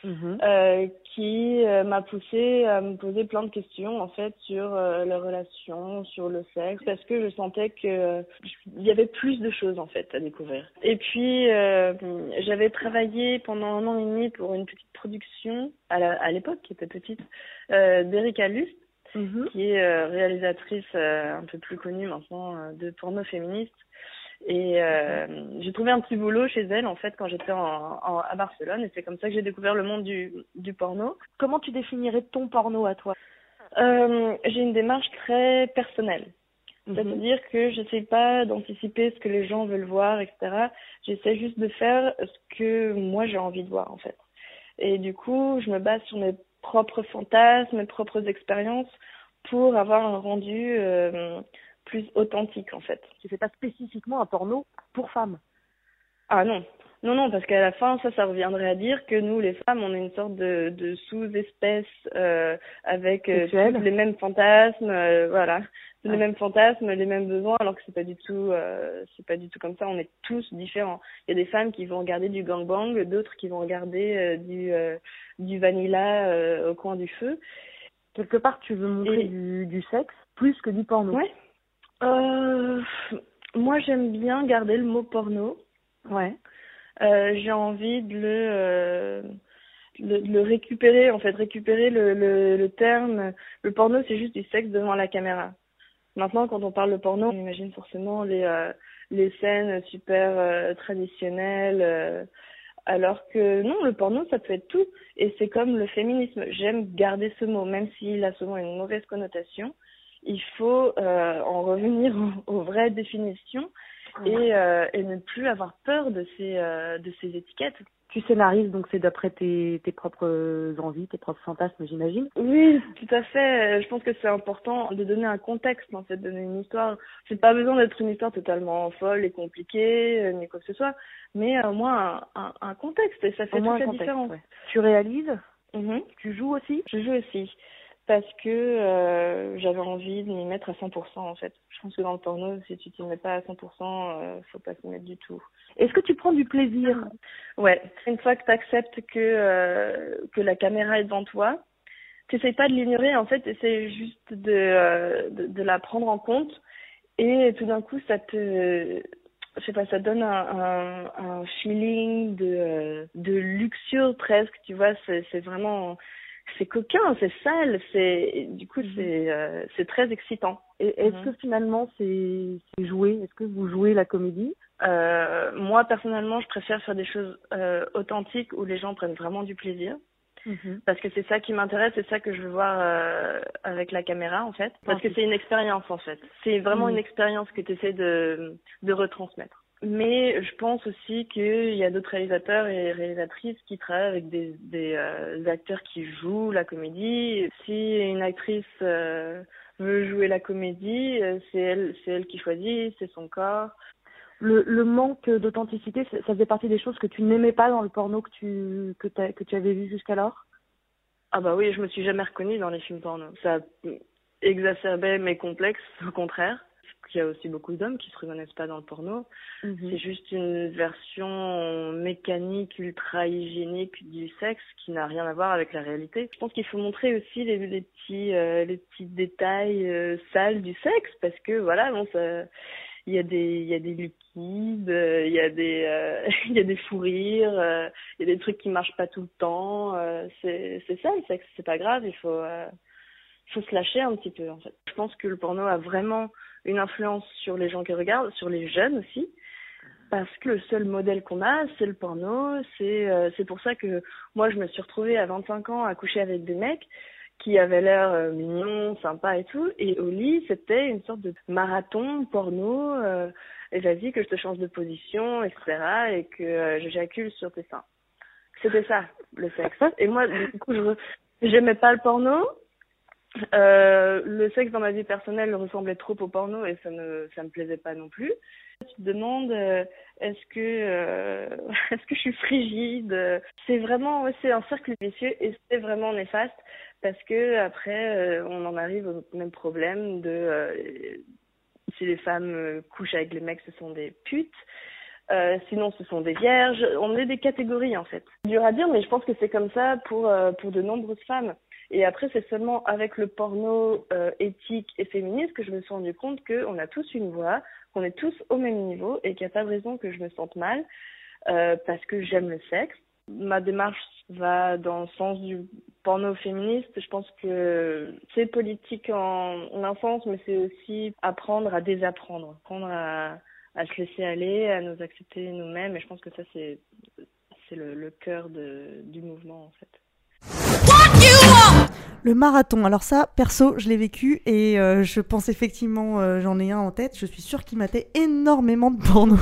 Qui m'a poussée à me poser plein de questions en fait sur les relations, sur le sexe, parce que je sentais que il y avait plus de choses en fait à découvrir. Et puis j'avais travaillé pendant 1 an et demi pour une petite production à l'époque qui était petite d'Erika Lust, qui est réalisatrice un peu plus connue maintenant de porno féministe. Et j'ai trouvé un petit boulot chez elle en fait quand j'étais à Barcelone et c'est comme ça que j'ai découvert le monde du porno. Comment tu définirais ton porno à toi? J'ai une démarche très personnelle. C'est-à-dire que j'essaie pas d'anticiper ce que les gens veulent voir, etc. J'essaie juste de faire ce que moi j'ai envie de voir en fait. Et du coup, je me base sur mes propres fantasmes, mes propres expériences pour avoir un rendu plus authentique en fait. Tu fais pas spécifiquement un porno pour femmes? Ah non, parce qu'à la fin ça reviendrait à dire que nous les femmes on est une sorte de sous-espèce avec tous les mêmes fantasmes, voilà, les mêmes fantasmes, les mêmes besoins, alors que c'est pas du tout comme ça. On est tous différents. Il y a des femmes qui vont regarder du gangbang, d'autres qui vont regarder du vanilla au coin du feu. Quelque part tu veux montrer du sexe plus que du porno? Ouais. Moi, j'aime bien garder le mot porno. Ouais. J'ai envie de le récupérer, en fait, récupérer le terme. Le porno, c'est juste du sexe devant la caméra. Maintenant, quand on parle de porno, on imagine forcément les scènes super traditionnelles. Alors que non, le porno, ça peut être tout. Et c'est comme le féminisme. J'aime garder ce mot, même s'il a souvent une mauvaise connotation. Il faut en revenir aux vraies définitions et ne plus avoir peur de ces étiquettes. Tu scénarises, donc c'est d'après tes propres envies, tes propres fantasmes, j'imagine? Oui, tout à fait. Je pense que c'est important de donner un contexte, en fait, de donner une histoire. C'est pas besoin d'être une histoire totalement folle et compliquée, ni quoi que ce soit, mais au moins un contexte, et ça fait toute la différence. Ouais. Tu réalises? Tu joues aussi? Je joue aussi. Parce que j'avais envie de m'y mettre à 100% en fait. Je pense que dans le porno, si tu t'y mets pas à 100%, faut pas s'y mettre du tout. Est-ce que tu prends du plaisir? Ouais, une fois que tu acceptes que la caméra est devant toi, tu n'essayes pas de l'ignorer, en fait, tu essaies juste de la prendre en compte et tout d'un coup, ça te donne un feeling de luxure presque, tu vois, c'est vraiment, c'est coquin, c'est sale, du coup, c'est très excitant. Et est-ce que finalement, c'est joué? Est-ce que vous jouez la comédie? Moi, personnellement, je préfère faire des choses authentiques où les gens prennent vraiment du plaisir. Parce que c'est ça qui m'intéresse, c'est ça que je veux voir avec la caméra, en fait. Parce que c'est une expérience, en fait. C'est vraiment une expérience que tu essaies de retransmettre. Mais je pense aussi qu'il y a d'autres réalisateurs et réalisatrices qui travaillent avec des acteurs qui jouent la comédie. Si une actrice veut jouer la comédie, c'est elle qui choisit, c'est son corps. Le manque d'authenticité, ça faisait partie des choses que tu n'aimais pas dans le porno que tu avais vu jusqu'alors? Ah bah oui, je me suis jamais reconnue dans les films porno. Ça exacerbait mes complexes, au contraire. Il y a aussi beaucoup d'hommes qui se reconnaissent pas dans le porno. C'est juste une version mécanique, ultra hygiénique du sexe qui n'a rien à voir avec la réalité. Je pense qu'il faut montrer aussi les petits détails sales du sexe, parce que voilà, bon, ça, il y a des liquides, il y a des fous rires, il y a des trucs qui marchent pas tout le temps. C'est ça le sexe, c'est pas grave, il faut se lâcher un petit peu, en fait. Je pense que le porno a vraiment une influence sur les gens qui regardent, sur les jeunes aussi, parce que le seul modèle qu'on a, c'est le porno. C'est pour ça que moi, je me suis retrouvée à 25 ans à coucher avec des mecs qui avaient l'air mignons, sympas et tout, et au lit, c'était une sorte de marathon porno, et vas-y que je te change de position, etc., et que j'éjacule sur tes seins. C'était ça, le sexe. Et moi, du coup, j'aimais pas le porno. Le sexe dans ma vie personnelle ressemblait trop au porno et ça me plaisait pas non plus. Tu te demandes est-ce que je suis frigide? C'est vraiment c'est un cercle vicieux et c'est vraiment néfaste parce que après on en arrive au même problème de si les femmes couchent avec les mecs, ce sont des putes. Sinon, ce sont des vierges. On est des catégories, en fait. C'est dur à dire, mais je pense que c'est comme ça pour de nombreuses femmes. Et après, c'est seulement avec le porno éthique et féministe que je me suis rendu compte qu'on a tous une voix, qu'on est tous au même niveau et qu'il n'y a pas de raison que je me sente mal parce que j'aime le sexe. Ma démarche va dans le sens du porno féministe. Je pense que c'est politique en un sens, mais c'est aussi apprendre à désapprendre, apprendre à se laisser aller, à nous accepter nous-mêmes. Et je pense que ça, c'est le cœur du mouvement, en fait. Le marathon, alors ça, perso, je l'ai vécu et je pense effectivement, j'en ai un en tête, je suis sûre qu'il matait énormément de porno.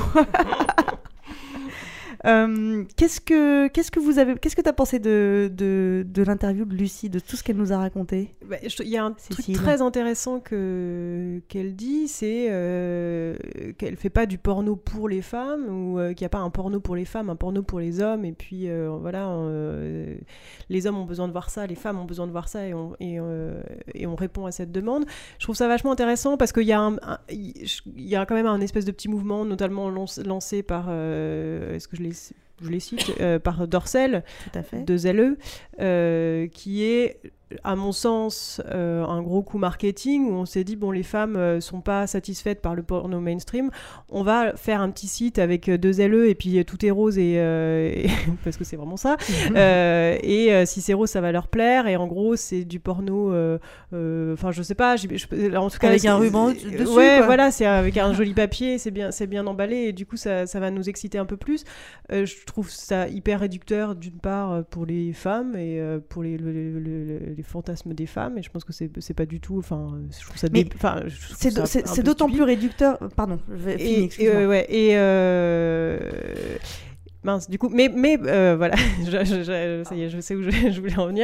Qu'est-ce que t'as pensé de l'interview de Lucie, de tout ce qu'elle nous a raconté? Il y a un truc très intéressant qu'elle dit, c'est qu'elle fait pas du porno pour les femmes, ou qu'il n'y a pas un porno pour les femmes, un porno pour les hommes, et puis voilà, les hommes ont besoin de voir ça, les femmes ont besoin de voir ça, et on répond à cette demande. Je trouve ça vachement intéressant parce qu'il y a il y a quand même un espèce de petit mouvement, notamment lancé par est-ce que je les cite, par Dorcel, de Zelle, qui est, à mon sens, un gros coup marketing où on s'est dit, bon, les femmes sont pas satisfaites par le porno mainstream, on va faire un petit site avec deux Zelle et puis tout est rose et parce que c'est vraiment ça, et si c'est rose ça va leur plaire, et en gros c'est du porno, enfin je sais pas, en tout cas avec un ruban dessus, ouais, quoi. voilà, c'est avec un joli papier, c'est bien emballé, et du coup ça va nous exciter un peu plus. Je trouve ça hyper réducteur d'une part pour les femmes et pour les fantasmes des femmes, et je pense que c'est pas du tout, enfin je trouve ça c'est d'autant plus réducteur, pardon, je vais finir, excuse-moi. Mince, du coup, mais voilà, ça y est, je sais où je voulais en venir.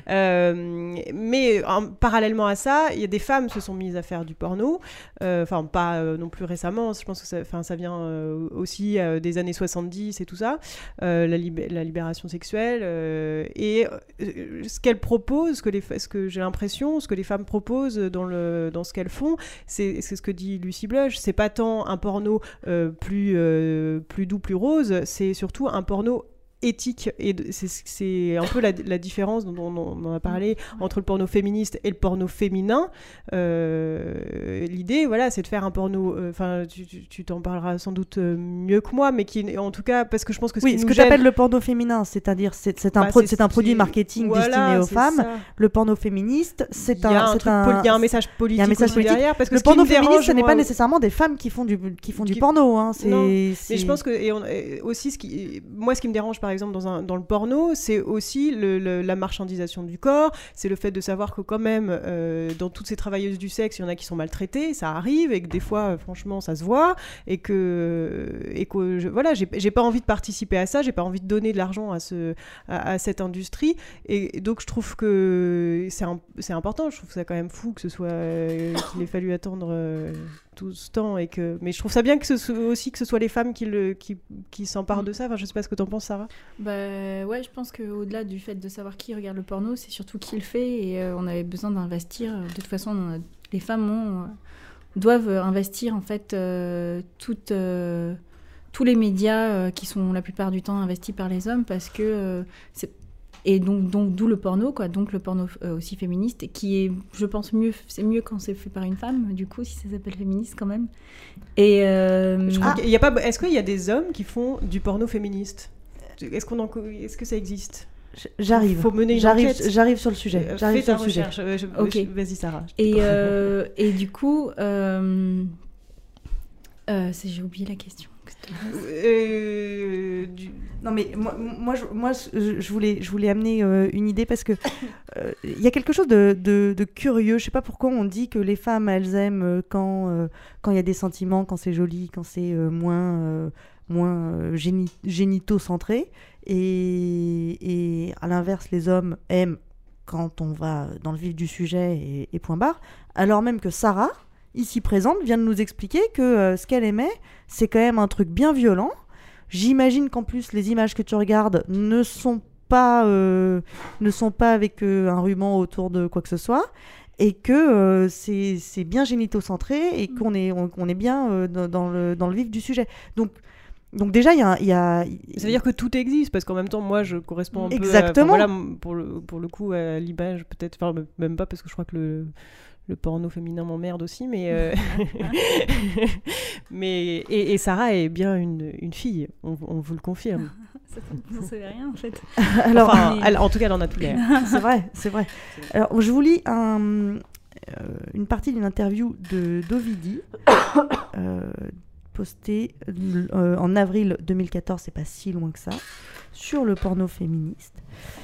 Parallèlement à ça, il y a des femmes se sont mises à faire du porno, enfin pas non plus récemment, je pense que ça vient aussi des années 70 et tout ça, la libération sexuelle, et ce qu'elles proposent, ce que j'ai l'impression, ce que les femmes proposent dans ce qu'elles font, c'est ce que dit Lucy Blush, c'est pas tant un porno plus doux, plus rose, c'est surtout un porno éthique, et c'est un peu la différence dont on en a parlé entre le porno féministe et le porno féminin. L'idée, voilà, c'est de faire un porno, enfin tu t'en parleras sans doute mieux que moi, mais qui, en tout cas, parce que je pense que ce que j'appelle le porno féminin, c'est-à-dire c'est un produit marketing destiné aux femmes. Ça. Le porno féministe, il y a un message politique derrière, parce que le porno féministe, ce n'est pas nécessairement des femmes qui font du porno, hein. Mais je pense que aussi ce qui me dérange par exemple dans le porno, c'est aussi la marchandisation du corps, c'est le fait de savoir que quand même dans toutes ces travailleuses du sexe, il y en a qui sont maltraitées, ça arrive, et que des fois franchement ça se voit, et que voilà, j'ai pas envie de participer à ça, j'ai pas envie de donner de l'argent à cette industrie, et donc je trouve que c'est important, je trouve ça quand même fou que ce soit qu'il ait fallu attendre tout ce temps, mais je trouve ça bien que ce soit les femmes qui s'emparent de ça. Enfin, je sais pas ce que t'en penses, Sarah. Ouais, je pense qu'au-delà du fait de savoir qui regarde le porno, c'est surtout qui le fait, et on avait besoin d'investir. De toute façon, les femmes doivent investir en fait tous les médias qui sont la plupart du temps investis par les hommes, parce que et donc d'où le porno, quoi. Donc le porno aussi féministe, qui est, je pense, c'est mieux quand c'est fait par une femme, du coup, si ça s'appelle féministe quand même. Et est-ce qu'il y a des hommes qui font du porno féministe ? Est-ce que ça existe ? J'arrive. Faut mener une enquête. J'arrive sur le sujet. Okay. Vas-y, Sarah. Et du coup, j'ai oublié la question. Non mais moi je voulais amener une idée, parce que il y a quelque chose de curieux. Je sais pas pourquoi on dit que les femmes elles aiment quand il y a des sentiments, quand c'est joli, quand c'est moins génito-centré, et à l'inverse les hommes aiment quand on va dans le vif du sujet et point barre, alors même que Sarah ici présente vient de nous expliquer que ce qu'elle aimait, c'est quand même un truc bien violent. J'imagine qu'en plus les images que tu regardes ne sont pas avec un ruban autour de quoi que ce soit, et que c'est bien génito-centré, et qu'on est bien dans le vif du sujet. Donc déjà, il y a... Ça veut dire que tout existe, parce qu'en même temps, moi, je corresponds un peu... Exactement. Pour le coup, à l'image, peut-être... Enfin, même pas, parce que je crois que le porno féminin m'emmerde aussi, mais... et Sarah est bien une fille, on vous le confirme. Vous n'en savez rien, en fait. Alors, en tout cas, elle en a tout l'air. C'est vrai. Alors, je vous lis une partie d'une interview d'Ovidi, postée en avril 2014, c'est pas si loin que ça, sur le porno féministe.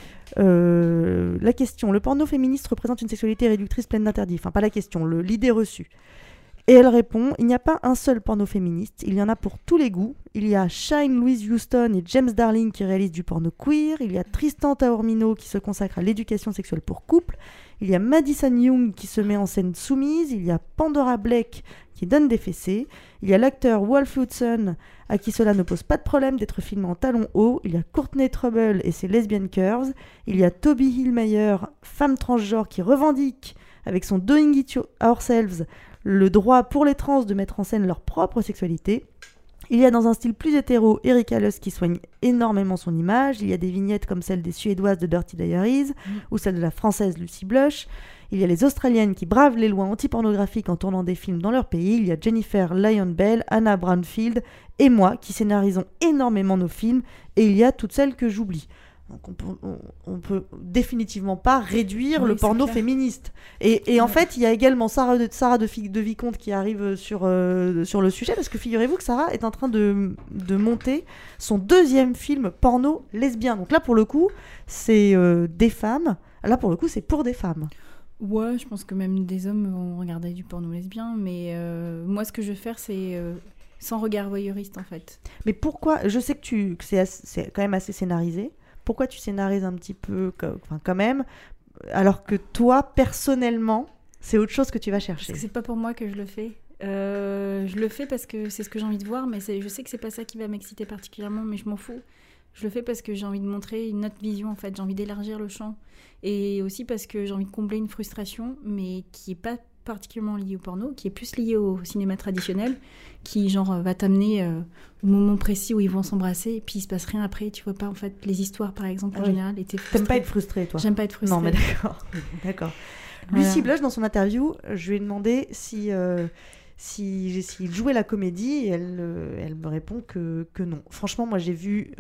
La question: le porno féministe représente une sexualité réductrice pleine d'interdits. Enfin, pas la question, l'idée reçue. Et elle répond: il n'y a pas un seul porno féministe, il y en a pour tous les goûts. Il y a Shine Louise Houston et James Darling qui réalisent du porno queer. Il y a Tristan Taormino qui se consacre à l'éducation sexuelle pour couple. Il y a Madison Young qui se met en scène soumise. Il y a Pandora Blake qui donne des fessées. Il y a l'acteur Wolf Hudson à qui cela ne pose pas de problème d'être filmé en talons hauts. Il y a Courtney Trouble et ses lesbian curves. Il y a Toby Hillmeyer, femme transgenre qui revendique avec son Doing It Ourselves le droit pour les trans de mettre en scène leur propre sexualité. Il y a dans un style plus hétéro Erika Luss qui soigne énormément son image. Il y a des vignettes comme celle des Suédoises de Dirty Diaries ou celle de la Française Lucy Blush. Il y a les Australiennes qui bravent les lois anti-pornographiques en tournant des films dans leur pays. Il y a Jennifer Lyon Bell, Anna Brownfield et moi qui scénarisons énormément nos films. Et il y a toutes celles que j'oublie. Donc on peut définitivement pas réduire le porno féministe. Et en fait, il y a également Sarah de Vicomte qui arrive sur le sujet, parce que figurez-vous que Sarah est en train de monter son deuxième film porno lesbien. Donc là, pour le coup, c'est des femmes. Là, pour le coup, c'est pour des femmes. Ouais, je pense que même des hommes vont regarder du porno lesbien, mais moi, ce que je vais faire, c'est sans regard voyeuriste en fait. Mais pourquoi, je sais que c'est quand même assez scénarisé, pourquoi tu scénarises un petit peu quand même, alors que toi, personnellement, c'est autre chose que tu vas chercher? Parce que c'est pas pour moi que je le fais. Je le fais parce que c'est ce que j'ai envie de voir, mais je sais que c'est pas ça qui va m'exciter particulièrement, mais je m'en fous. Je le fais parce que j'ai envie de montrer une autre vision en fait, j'ai envie d'élargir le champ. Et aussi parce que j'ai envie de combler une frustration, mais qui est pas particulièrement liée au porno, qui est plus liée au cinéma traditionnel, qui genre va t'amener au moment précis où ils vont s'embrasser, et puis il se passe rien après, tu vois pas en fait les histoires par exemple en général. Et T'aimes pas être frustrée toi? J'aime pas être frustrée. Non mais d'accord, d'accord. Voilà. Lucie Blush, dans son interview, je lui ai demandé s'il jouait la comédie, et elle me répond que non. Franchement, moi j'ai vu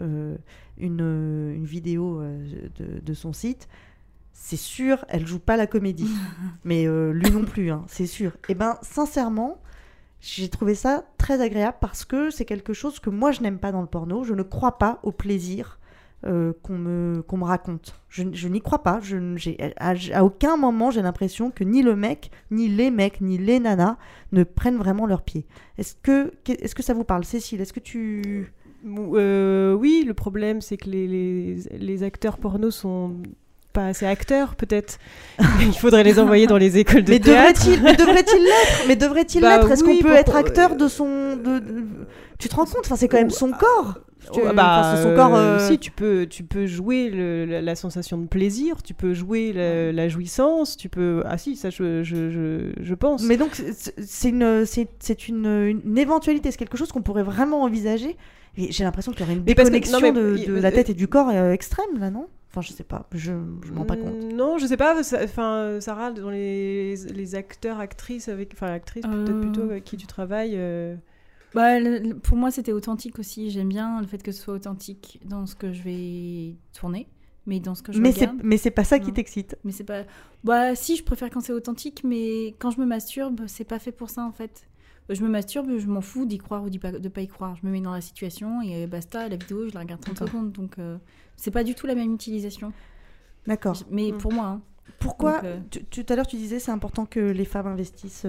une vidéo de son site. C'est sûr, elle joue pas la comédie. Mais lui non plus, hein, c'est sûr. Et ben, sincèrement, j'ai trouvé ça très agréable parce que c'est quelque chose que moi je n'aime pas dans le porno. Je ne crois pas au plaisir qu'on me raconte. Je n'y crois pas. À aucun moment, j'ai l'impression que ni le mec, ni les mecs, ni les nanas ne prennent vraiment leurs pieds. Est-ce que ça vous parle, Cécile? Est-ce que tu... Oui, le problème, c'est que les acteurs porno sont pas assez acteurs, peut-être. Il faudrait les envoyer dans les écoles de théâtre. Mais devrait-il l'être? Est-ce qu'on peut être acteur de son... Tu te rends compte? Enfin, c'est quand même son corps. Son corps, si, tu peux jouer la sensation de plaisir, tu peux jouer la jouissance, tu peux... Ah si, ça je pense. Mais donc, c'est une éventualité, c'est quelque chose qu'on pourrait vraiment envisager. Et j'ai l'impression qu'il y aurait une déconnexion de la tête et du corps extrême, là, non? Enfin, je sais pas, je m'en rends pas compte. Non, je sais pas. Enfin, Sarah, dans les acteurs, actrices, actrices peut-être plutôt avec qui tu travailles. Pour moi, c'était authentique aussi. J'aime bien le fait que ce soit authentique dans ce que je vais tourner, mais dans ce que je regarde. Mais c'est pas ça qui t'excite. Mais c'est pas. Si, je préfère quand c'est authentique, mais quand je me masturbe, c'est pas fait pour ça en fait. Je me masturbe, je m'en fous d'y croire ou de pas y croire. Je me mets dans la situation et basta, la vidéo, je la regarde 30 secondes. Donc, c'est pas du tout la même utilisation. D'accord. Mais pour moi. Hein. Pourquoi tout à l'heure, tu disais c'est important que les femmes investissent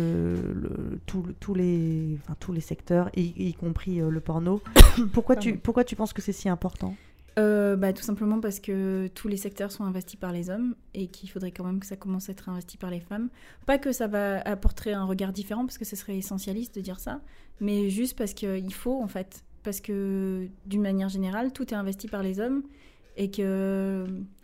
tous les secteurs, y compris le porno. Pourquoi tu penses que c'est si important ? Tout simplement parce que tous les secteurs sont investis par les hommes et qu'il faudrait quand même que ça commence à être investi par les femmes. Pas que ça va apporter un regard différent, parce que ce serait essentialiste de dire ça, mais juste parce qu'il faut, en fait. Parce que, d'une manière générale, tout est investi par les hommes et que...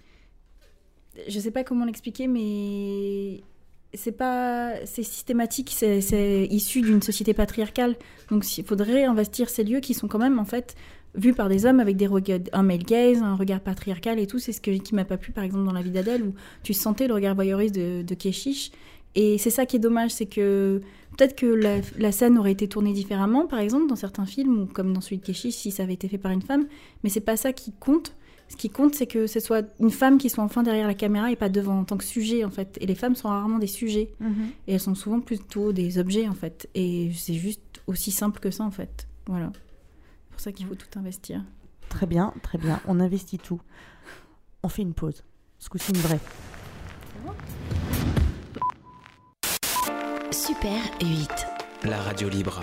Je sais pas comment l'expliquer, mais... C'est systématique, c'est issu d'une société patriarcale. Donc, il faudrait investir ces lieux qui sont quand même, en fait... vu par des hommes avec un male gaze, un regard patriarcal et tout. C'est ce qui m'a pas plu, par exemple, dans La vie d'Adèle, où tu sentais le regard voyeuriste de Keshish. Et c'est ça qui est dommage, c'est que peut-être que la scène aurait été tournée différemment, par exemple, dans certains films, ou comme dans celui de Keshish, si ça avait été fait par une femme. Mais c'est pas ça qui compte. Ce qui compte, c'est que ce soit une femme qui soit enfin derrière la caméra et pas devant, en tant que sujet, en fait. Et les femmes sont rarement des sujets. Mm-hmm. Et elles sont souvent plutôt des objets, en fait. Et c'est juste aussi simple que ça, en fait. Voilà. C'est pour ça qu'il faut tout investir. Très bien, très bien. On investit tout. On fait une pause. Ce coup-ci, une vraie. Super 8. La radio libre.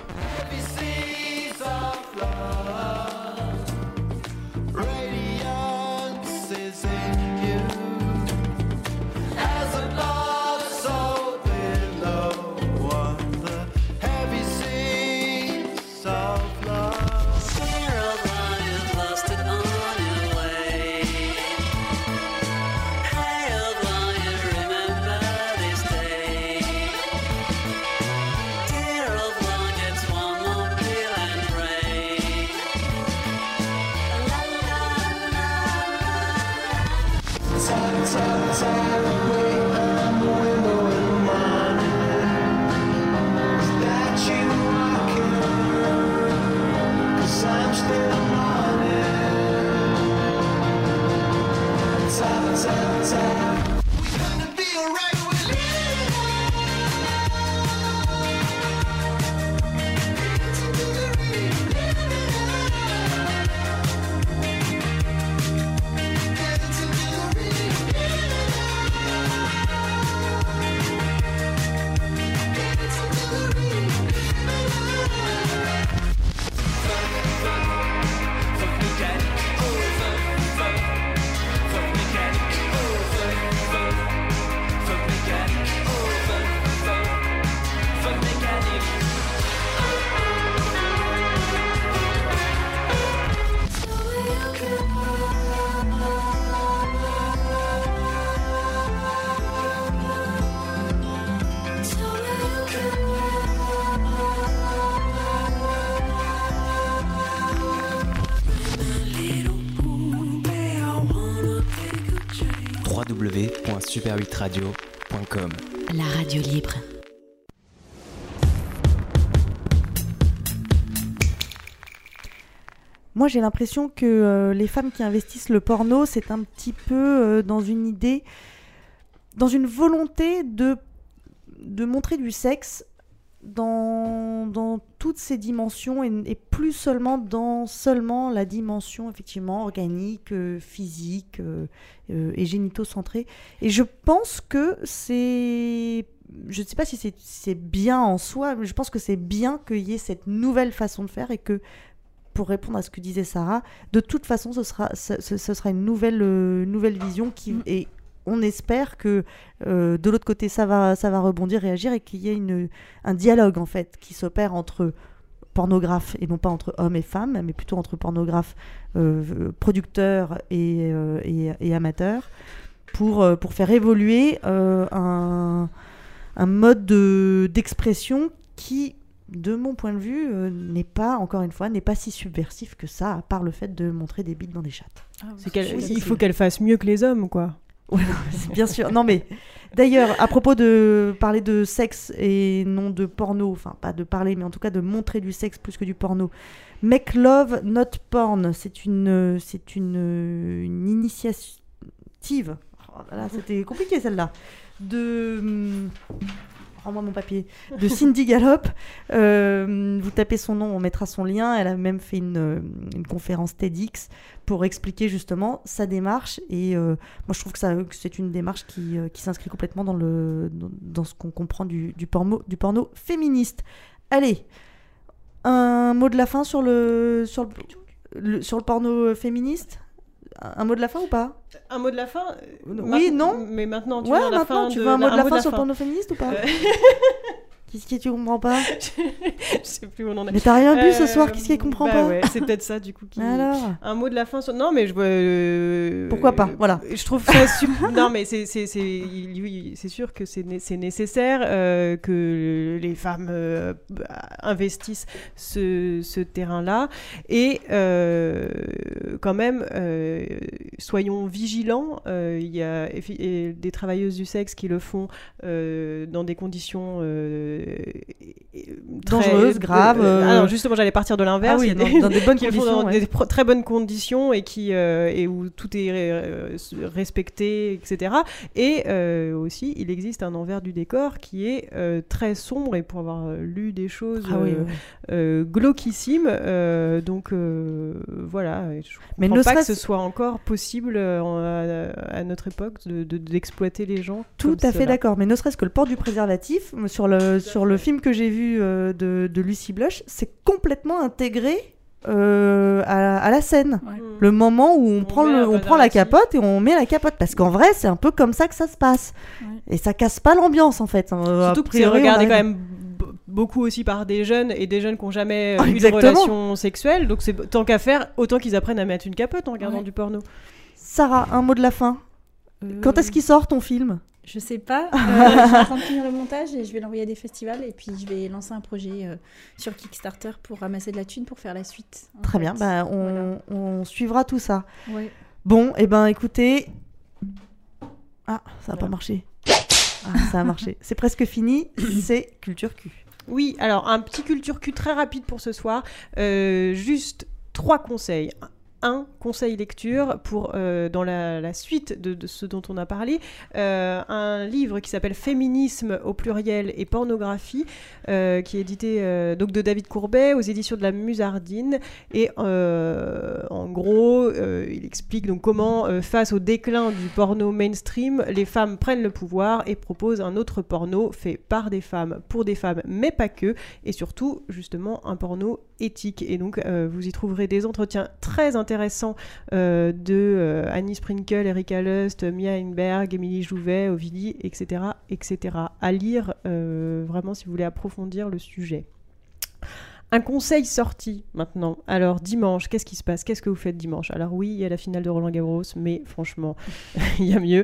super8radio.com. La radio libre. Moi, j'ai l'impression que les femmes qui investissent le porno, c'est un petit peu dans une idée, dans une volonté de montrer du sexe dans toutes ses dimensions et plus seulement dans la dimension effectivement organique, physique et génito-centrée. Et je pense que je ne sais pas si c'est bien en soi, mais je pense que c'est bien qu'il y ait cette nouvelle façon de faire et que, pour répondre à ce que disait Sarah, de toute façon, ce sera une nouvelle vision et on espère que de l'autre côté, ça va rebondir, réagir et qu'il y ait un dialogue en fait qui s'opère entre pornographes et non pas entre hommes et femmes, mais plutôt entre pornographes, producteurs et amateurs pour faire évoluer un mode d'expression qui, de mon point de vue, n'est pas si subversif que ça, à part le fait de montrer des bites dans des chattes. Il faut qu'elle fasse mieux que les hommes, quoi. Ouais, bien sûr. Non, mais d'ailleurs, à propos de parler de sexe et non de porno, enfin pas de parler, mais en tout cas de montrer du sexe plus que du porno. Make Love Not Porn, c'est une initiative. Oh là là, c'était compliqué celle-là. Rends-moi mon papier. De Cindy Gallop. Vous tapez son nom, on mettra son lien. Elle a même fait une conférence TEDx pour expliquer justement sa démarche. Et moi, je trouve que c'est une démarche qui s'inscrit complètement dans ce qu'on comprend du porno féministe. Allez, un mot de la fin sur le porno féministe. Un mot de la fin ou pas ? Un mot de la fin ? Oui, non ? Mais maintenant, tu veux la fin tu veux un mot de la fin sur le porno féministe ou pas ? Qu'est-ce que tu comprends pas ? Je sais plus où on en est. Mais t'as rien bu ce soir, qu'est-ce qu'elle comprend pas ? Ouais, c'est peut-être ça du coup. Alors ? Un mot de la fin sur... Non mais pourquoi pas ? Voilà. Je trouve ça super... Non mais c'est sûr que c'est nécessaire que les femmes investissent ce terrain-là et quand même soyons vigilants. Il y a des travailleuses du sexe qui le font dans des conditions dangereuses, graves. Alors justement, j'allais partir de l'inverse. Ah oui, dans des bonnes conditions, des très bonnes conditions et où tout est respecté, etc. Et aussi, il existe un envers du décor qui est très sombre et pour avoir lu des choses glauquissimes. Donc voilà. Je ne comprends pas que ce soit encore possible à notre époque d'exploiter les gens. Tout à fait d'accord. Mais ne serait-ce que le port du préservatif sur le film que j'ai vu de Lucy Blush, c'est complètement intégré à la scène. Ouais. Le moment où on prend la capote et on met la capote. Parce qu'en vrai, c'est un peu comme ça que ça se passe. Ouais. Et ça casse pas l'ambiance, en fait. Surtout que c'est regardé quand même beaucoup aussi par des jeunes et des jeunes qui n'ont jamais eu de relation sexuelle. Donc tant qu'à faire, autant qu'ils apprennent à mettre une capote en regardant du porno. Sarah, un mot de la fin. Quand est-ce qu'il sort ton film ? Je sais pas, je suis en train de finir le montage et je vais l'envoyer à des festivals et puis je vais lancer un projet sur Kickstarter pour ramasser de la thune pour faire la suite. Très bien, on suivra tout ça. Ouais. Bon, écoutez... Ah, ça n'a pas marché. Ah, ça a marché. C'est presque fini, c'est Culture Q. Oui, alors un petit Culture Q très rapide pour ce soir. Juste 3 conseils. Un conseil lecture pour dans la suite de ce dont on a parlé, un livre qui s'appelle Féminisme au pluriel et pornographie, qui est édité donc de David Courbet aux éditions de la Musardine et en gros il explique donc comment face au déclin du porno mainstream les femmes prennent le pouvoir et proposent un autre porno fait par des femmes pour des femmes mais pas que, et surtout justement un porno éthique. Et donc vous y trouverez des entretiens très intéressants de Annie Sprinkle, Erika Lust, Mia Einberg, Émilie Jouvet, Ovidie, etc. À lire vraiment si vous voulez approfondir le sujet. Un conseil sorti maintenant. Alors dimanche, qu'est-ce qui se passe ? Qu'est-ce que vous faites dimanche ? Alors oui, il y a la finale de Roland Garros, mais franchement, il y a mieux.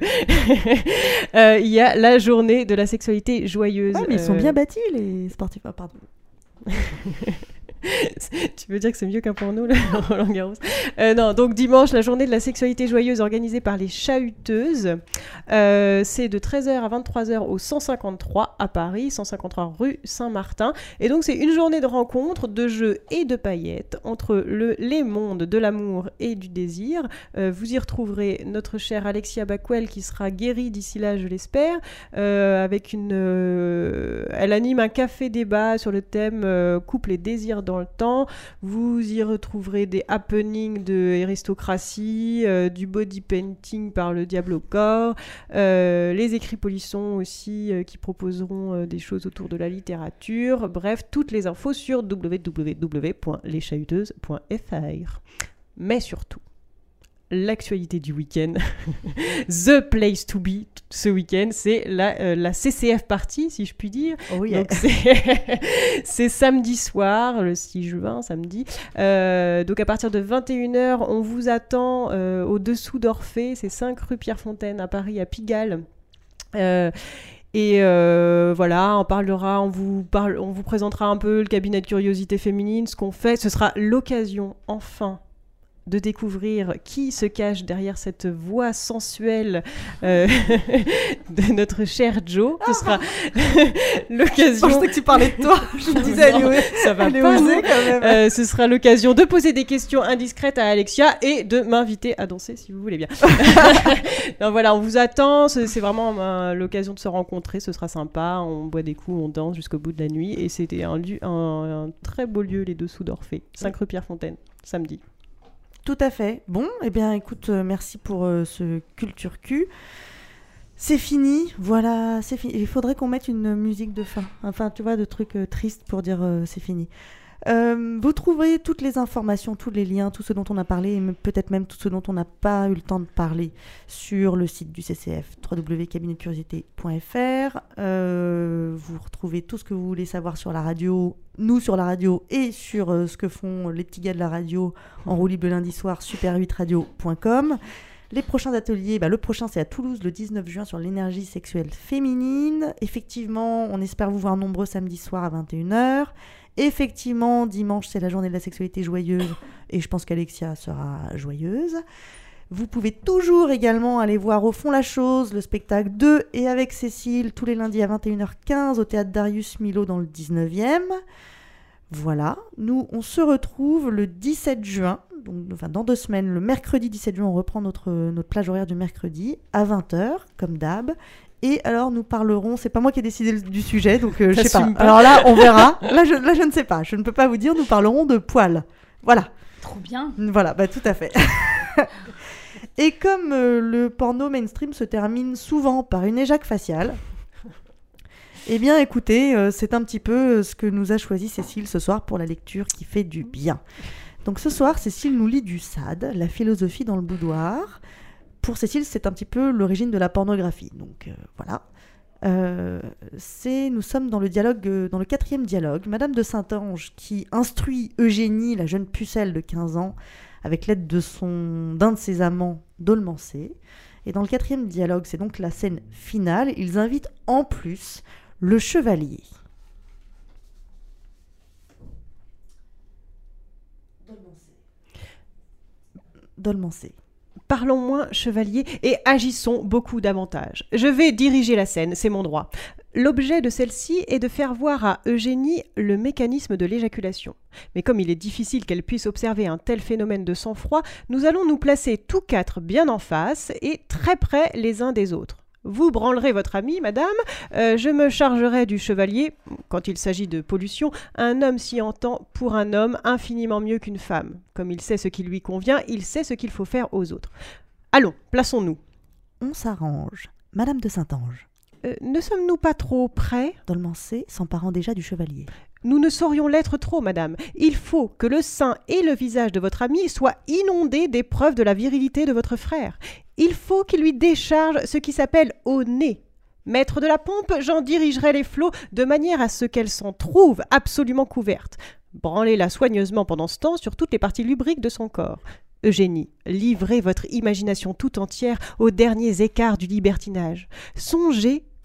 Il y a la journée de la sexualité joyeuse. Ah, mais ils sont bien bâtis les sportifs. Ah, pardon. Tu veux dire que c'est mieux qu'un porno, là, Roland Garros? Non, donc dimanche, la journée de la sexualité joyeuse organisée par les Chahuteuses. C'est de 13h à 23h au 153 à Paris, 153 rue Saint-Martin. Et donc, c'est une journée de rencontres, de jeux et de paillettes entre les mondes de l'amour et du désir. Vous y retrouverez notre chère Alexia Bacquel qui sera guérie d'ici là, je l'espère, avec elle anime un café-débat sur le thème couple et désir dans le temps. Vous y retrouverez des happenings de aristocratie, du body painting par le diable au corps, les écrits polissons aussi qui proposeront des choses autour de la littérature. Bref, toutes les infos sur www.leschahuteuses.fr. Mais surtout, l'actualité du week-end, the place to be ce week-end, c'est la CCF party, si je puis dire. Oh yeah. Donc c'est samedi soir, le 6 juin, samedi. Donc à partir de 21h, on vous attend au-dessous d'Orphée, c'est 5 rue Pierrefontaine à Paris, à Pigalle. Et voilà, on vous présentera un peu le cabinet de curiosité féminine, ce qu'on fait. Ce sera l'occasion, enfin, de découvrir qui se cache derrière cette voix sensuelle de notre cher Jo. Ce sera l'occasion... Je pensais que tu parlais de toi. Je me disais, ça va elle est pas osée quand même. Ce sera l'occasion de poser des questions indiscrètes à Alexia et de m'inviter à danser si vous voulez bien. Non, voilà, on vous attend. C'est vraiment l'occasion de se rencontrer. Ce sera sympa. On boit des coups, on danse jusqu'au bout de la nuit. Et c'était un très beau lieu, les Dessous d'Orphée. 5 rue Pierrefontaine, samedi. Tout à fait. Bon, eh bien, écoute, merci pour ce Culture Q. C'est fini, voilà, c'est fini. Il faudrait qu'on mette une musique de fin. Enfin, tu vois, de trucs tristes pour dire c'est fini. Vous trouverez toutes les informations, tous les liens, tout ce dont on a parlé, et peut-être même tout ce dont on n'a pas eu le temps de parler sur le site du CCF, www.cabinetdecuriosité.fr. Vous retrouvez tout ce que vous voulez savoir sur la radio, nous sur la radio, et sur ce que font les petits gars de la radio en roue libre le lundi soir, super8radio.com. Les prochains ateliers, le prochain c'est à Toulouse le 19 juin sur l'énergie sexuelle féminine. Effectivement, on espère vous voir nombreux samedi soir à 21h. Effectivement, dimanche, c'est la journée de la sexualité joyeuse et je pense qu'Alexia sera joyeuse. Vous pouvez toujours également aller voir Au fond la chose, le spectacle de et avec Cécile, tous les lundis à 21h15 au théâtre Darius Milhaud dans le 19e. Voilà, nous on se retrouve le 17 juin, donc, dans 2 semaines, le mercredi 17 juin, on reprend notre plage horaire du mercredi à 20h, comme d'hab. Et alors, nous parlerons, c'est pas moi qui ai décidé du sujet, donc je sais pas. Alors là, on verra. Là, je ne sais pas. Je ne peux pas vous dire, nous parlerons de poils. Voilà. Trop bien. Voilà, tout à fait. Et comme le porno mainstream se termine souvent par une éjac faciale, eh bien, écoutez, c'est un petit peu ce que nous a choisi Cécile ce soir pour la lecture qui fait du bien. Donc ce soir, Cécile nous lit du Sade, la philosophie dans le boudoir. Pour Cécile, c'est un petit peu l'origine de la pornographie. Donc voilà. Nous sommes dans le dialogue, dans le 4e dialogue. Madame de Saint-Ange qui instruit Eugénie, la jeune pucelle de 15 ans, avec l'aide d'un de ses amants, Dolmancé. Et dans le 4e dialogue, c'est donc la scène finale. Ils invitent en plus le chevalier. Dolmancé. Parlons moins, chevalier, et agissons beaucoup davantage. Je vais diriger la scène, c'est mon droit. L'objet de celle-ci est de faire voir à Eugénie le mécanisme de l'éjaculation. Mais comme il est difficile qu'elle puisse observer un tel phénomène de sang-froid, nous allons nous placer tous 4 bien en face et très près les uns des autres. Vous branlerez votre ami, madame, je me chargerai du chevalier. Quand il s'agit de pollution, un homme s'y entend pour un homme infiniment mieux qu'une femme. Comme il sait ce qui lui convient, il sait ce qu'il faut faire aux autres. Allons, plaçons-nous. On s'arrange. Madame de Saint-Ange. Ne sommes-nous pas trop près ? Dolmancé, s'emparant déjà du chevalier. Nous ne saurions l'être trop, madame. Il faut que le sein et le visage de votre ami soient inondés des preuves de la virilité de votre frère. Il faut qu'il lui décharge ce qui s'appelle au nez. Maître de la pompe, j'en dirigerai les flots de manière à ce qu'elle s'en trouve absolument couverte. Branlez-la soigneusement pendant ce temps sur toutes les parties lubriques de son corps. Eugénie, livrez votre imagination tout entière aux derniers écarts du libertinage. Songez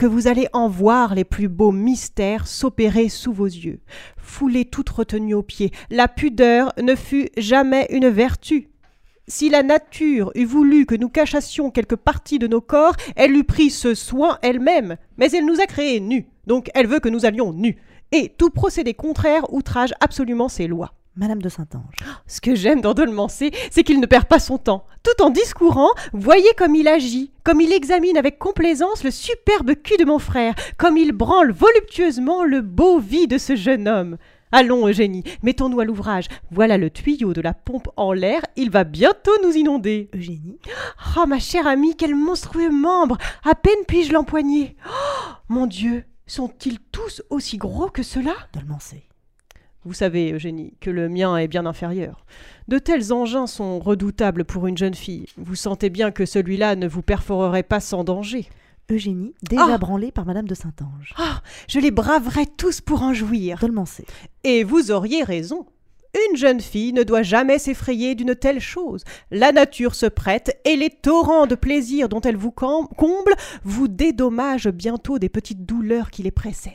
que vous allez en voir les plus beaux mystères s'opérer sous vos yeux. Foulez toute retenue aux pieds. La pudeur ne fut jamais une vertu. Si la nature eût voulu que nous cachassions quelques parties de nos corps, elle eût pris ce soin elle-même. Mais elle nous a créés nus, donc elle veut que nous allions nus. Et tout procédé contraire outrage absolument ses lois. Madame de Saint-Ange. Ce que j'aime dans Dolmancé, c'est qu'il ne perd pas son temps. Tout en discourant, voyez comme il agit, comme il examine avec complaisance le superbe cul de mon frère, comme il branle voluptueusement le beau vie de ce jeune homme. Allons, Eugénie, mettons-nous à l'ouvrage. Voilà le tuyau de la pompe en l'air, il va bientôt nous inonder. Eugénie. Oh, ma chère amie, quel monstrueux membre! À peine puis-je l'empoigner. Oh, mon Dieu, sont-ils tous aussi gros que cela? Dolmancé. Vous savez, Eugénie, que le mien est bien inférieur. De tels engins sont redoutables pour une jeune fille. Vous sentez bien que celui-là ne vous perforerait pas sans danger. Eugénie, déjà branlée par Madame de Saint-Ange. Ah, je les braverais tous pour en jouir. Dolmancé. Et vous auriez raison. Une jeune fille ne doit jamais s'effrayer d'une telle chose. La nature se prête et les torrents de plaisir dont elle vous comble vous dédommagent bientôt des petites douleurs qui les précèdent.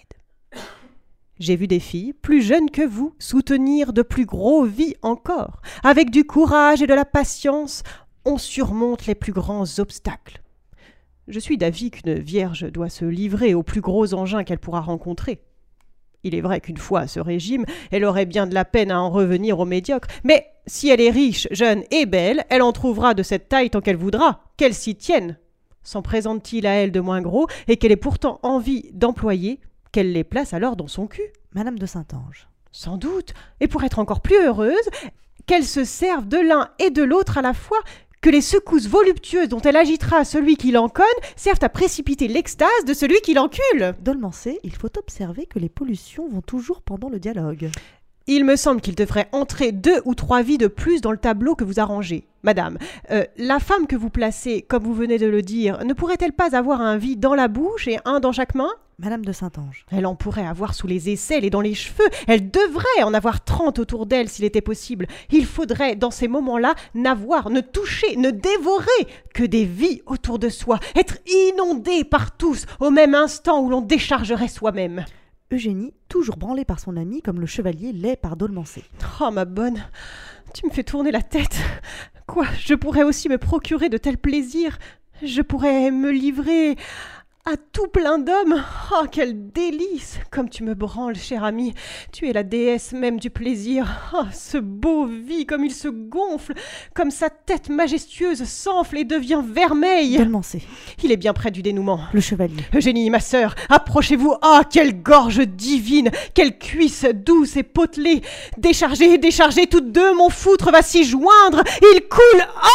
J'ai vu des filles, plus jeunes que vous, soutenir de plus gros vies encore. Avec du courage et de la patience, on surmonte les plus grands obstacles. Je suis d'avis qu'une vierge doit se livrer aux plus gros engins qu'elle pourra rencontrer. Il est vrai qu'une fois à ce régime, elle aurait bien de la peine à en revenir aux médiocres, mais si elle est riche, jeune et belle, elle en trouvera de cette taille tant qu'elle voudra, qu'elle s'y tienne. S'en présente-t-il à elle de moins gros, et qu'elle ait pourtant envie d'employer, qu'elle les place alors dans son cul. Madame de Saint-Ange. Sans doute, et pour être encore plus heureuse, qu'elle se serve de l'un et de l'autre à la fois, que les secousses voluptueuses dont elle agitera celui qui l'enconne servent à précipiter l'extase de celui qui l'encule. Dolmancé, il faut observer que les pollutions vont toujours pendant le dialogue. Il me semble qu'il devrait entrer 2 ou 3 vies de plus dans le tableau que vous arrangez. Madame, la femme que vous placez, comme vous venez de le dire, ne pourrait-elle pas avoir un vie dans la bouche et un dans chaque main? Madame de Saint-Ange. Elle en pourrait avoir sous les aisselles et dans les cheveux. Elle devrait en avoir 30 autour d'elle s'il était possible. Il faudrait, dans ces moments-là, n'avoir, ne toucher, ne dévorer que des vies autour de soi. Être inondé par tous au même instant où l'on déchargerait soi-même. Eugénie, toujours branlée par son ami comme le chevalier l'est par Dolmancé. Oh, ma bonne, tu me fais tourner la tête. Quoi, je pourrais aussi me procurer de tels plaisirs. Je pourrais me livrer à tout plein d'hommes. Oh, quel délice! Comme tu me branles, chère amie. Tu es la déesse même du plaisir. Oh, ce beau vie, comme il se gonfle, comme sa tête majestueuse s'enfle et devient vermeille. Dolmancé. Il est bien près du dénouement. Le chevalier. Eugénie, ma sœur, approchez-vous. Ah, quelle gorge divine! Quelle cuisse douce et potelée! Déchargez, déchargez toutes deux, mon foutre va s'y joindre. Il coule. Ah!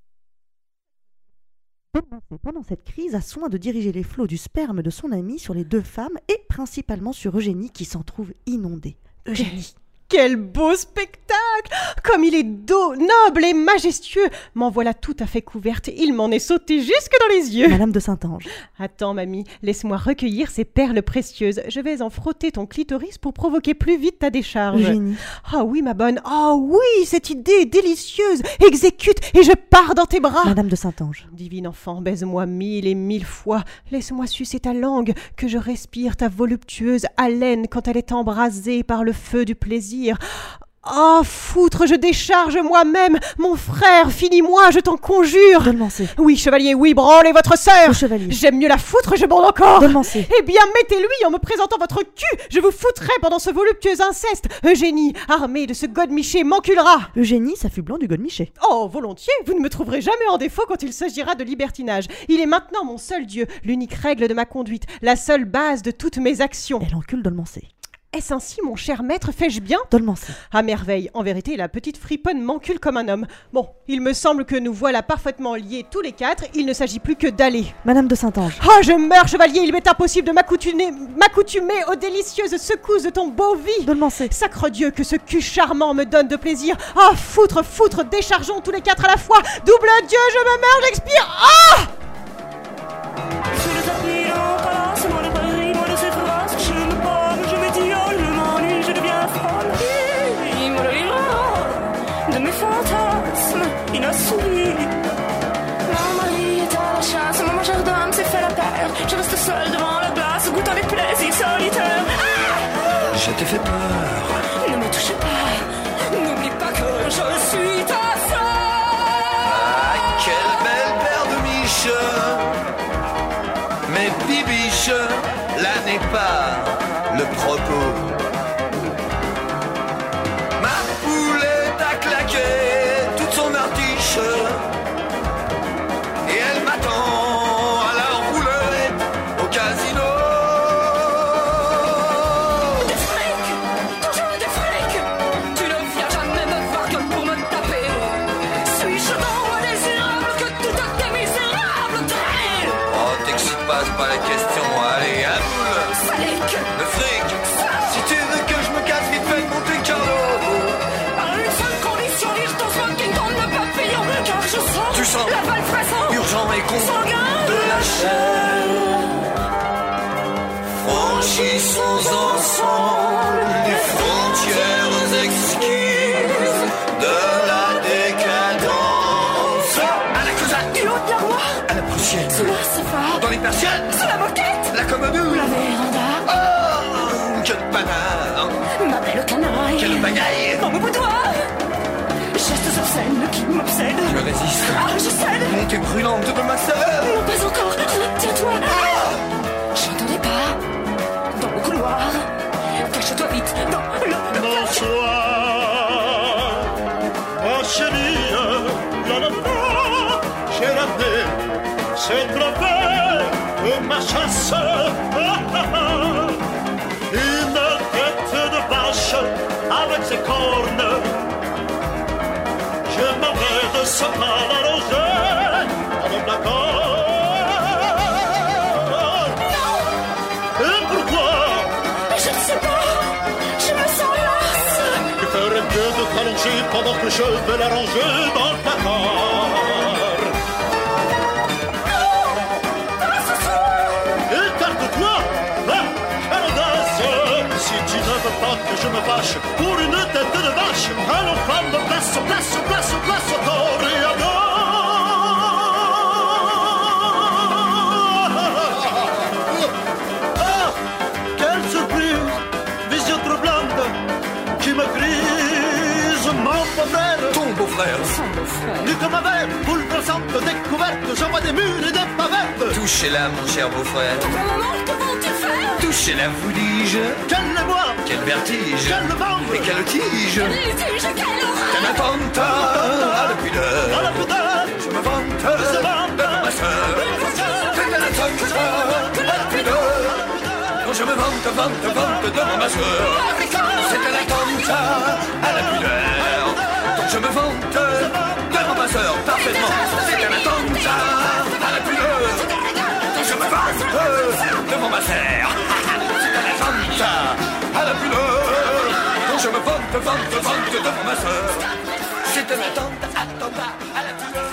Pendant cette crise, a soin de diriger les flots du sperme de son ami sur les 2 femmes et principalement sur Eugénie qui s'en trouve inondée. Eugénie. Quel beau spectacle! Comme il est doux, noble et majestueux! M'en voilà tout à fait couverte. Il m'en est sauté jusque dans les yeux. Madame de Saint-Ange. Attends, mamie, laisse-moi recueillir ces perles précieuses. Je vais en frotter ton clitoris pour provoquer plus vite ta décharge. Eugénie. Ah oui, ma bonne. Ah oui, cette idée est délicieuse. Exécute et je pars dans tes bras. Madame de Saint-Ange. Divine enfant, baise-moi 1000 et 1000 fois. Laisse-moi sucer ta langue, que je respire ta voluptueuse haleine quand elle est embrasée par le feu du plaisir. Ah, foutre, je décharge moi-même. Mon frère, finis-moi, je t'en conjure. Dolmancé. Oui, chevalier, oui, branlez votre sœur. Le chevalier. J'aime mieux la foutre, je bande encore. Dolmancé. Eh bien, mettez-lui en me présentant votre cul. Je vous foutrai pendant ce voluptueux inceste. Eugénie, armée de ce godemiché, m'enculera. Eugénie, s'affublant du godemiché. Oh, volontiers, vous ne me trouverez jamais en défaut quand il s'agira de libertinage. Il est maintenant mon seul Dieu, l'unique règle de ma conduite, la seule base de toutes mes actions. Elle encule Dolmancé. Est-ce ainsi, mon cher maître, fais-je bien? Dolmancé. À merveille, en vérité, la petite friponne m'encule comme un homme. Bon, il me semble que nous voilà parfaitement liés tous les 4, il ne s'agit plus que d'aller. Madame de Saint-Ange. Oh, je meurs, chevalier, il m'est impossible de m'accoutumer aux délicieuses secousses de ton beau vie. Dolmancé. Sacre Dieu, que ce cul charmant me donne de plaisir. Ah, foutre, foutre, déchargeons tous les 4 à la fois. Double Dieu, je me meurs, j'expire. Ah! Sous le tapis, on passe, moi de Paris, moi de cette race, je me pomme, je m'étiole, je m'ennuie, je deviens folle. Il me le de mes fantasmes inassouvis. Mon mari est à la chasse, mon majordome s'est fait la paire, je reste seule devant le je t'ai fait peur. Ne me touche pas, n'oublie pas que je suis ta sœur. Ah, quelle belle paire de miches. Mais bibiche, là n'est pas le propos. Ma poulette a claqué toute son artiche et elle m'attend à la roulette au casino. Des frics, toujours des frics. Tu ne viens jamais me voir que pour me taper. Suis-je donc indésirable que tout tes misérables traits? Oh, t'excite pas, c'est pas la question. Allez, à boule. Salique, Le fric. Si tu veux que je me casse vite fait de Monte Carlo. à une seule condition, lire ton smoking dans le papillon. Car je sens, Tu sens la balle fraissant, urgent et con sanguin de la chair. Franchissons ensemble les frontières exquises de la décadence. À la Cosette, du haut de la roi, à la prussienne, sous la sofa, dans les persiennes, sous la moquette, la commodore, la véranda. oh, quel panard, Ma belle canaille, quelle bagaille. dans mon boudoir. Gestes obscènes qui m'obsèdent. Je résiste, Ah, je cède. montée brûlante de ma sœur. Non, pas encore. Retiens-toi. J'entends des pas dans le couloir. Cache-toi vite dans le Bonsoir, oh chérie, la la la, j'ai raté, c'est trophée de ma chasse. Une tête de vache avec ses cornes. Je m'en vais de sapin à roger avec la corne. Et pourquoi? Je ne sais pas. Je me sens lasse. Tu ferais mieux de t'allonger pendant que je vais la ranger dans le placard. Pas ce soir. Écarte-toi, hein, quelle audace. Si tu ne veux pas que je me fâche pour une tête de vache, allons prendre place au toréador. Ah, quelle surprise, vision troublante qui me grise, mon beau-frère. Ton beau-frère, Nu comme un verre, bouleversante découverte, j'envoie des murs et des pavettes. touchez-la mon cher beau-frère. Pour le moment, que vont-ils faire? Touchez-la, vous dis-je. Quelle émoi, Quel vertige, quelle vendre, et quelle tige. Quel litige, quelle horreur. Quel attentat à la pudeur. à la pudeur, Je me vante se vante, de ma sœur. C'est un attentat à la pudeur. Je me vante devant ma sœur. C'est un attentat à la pudeur. Donc je me vante devant ma sœur. Parfaitement. C'est un attentat à la pudeur. Donc je me vante devant ma sœur. C'est un attentat à la pudeur. Donc je me vante devant ma sœur. C'est un attentat à la pudeur.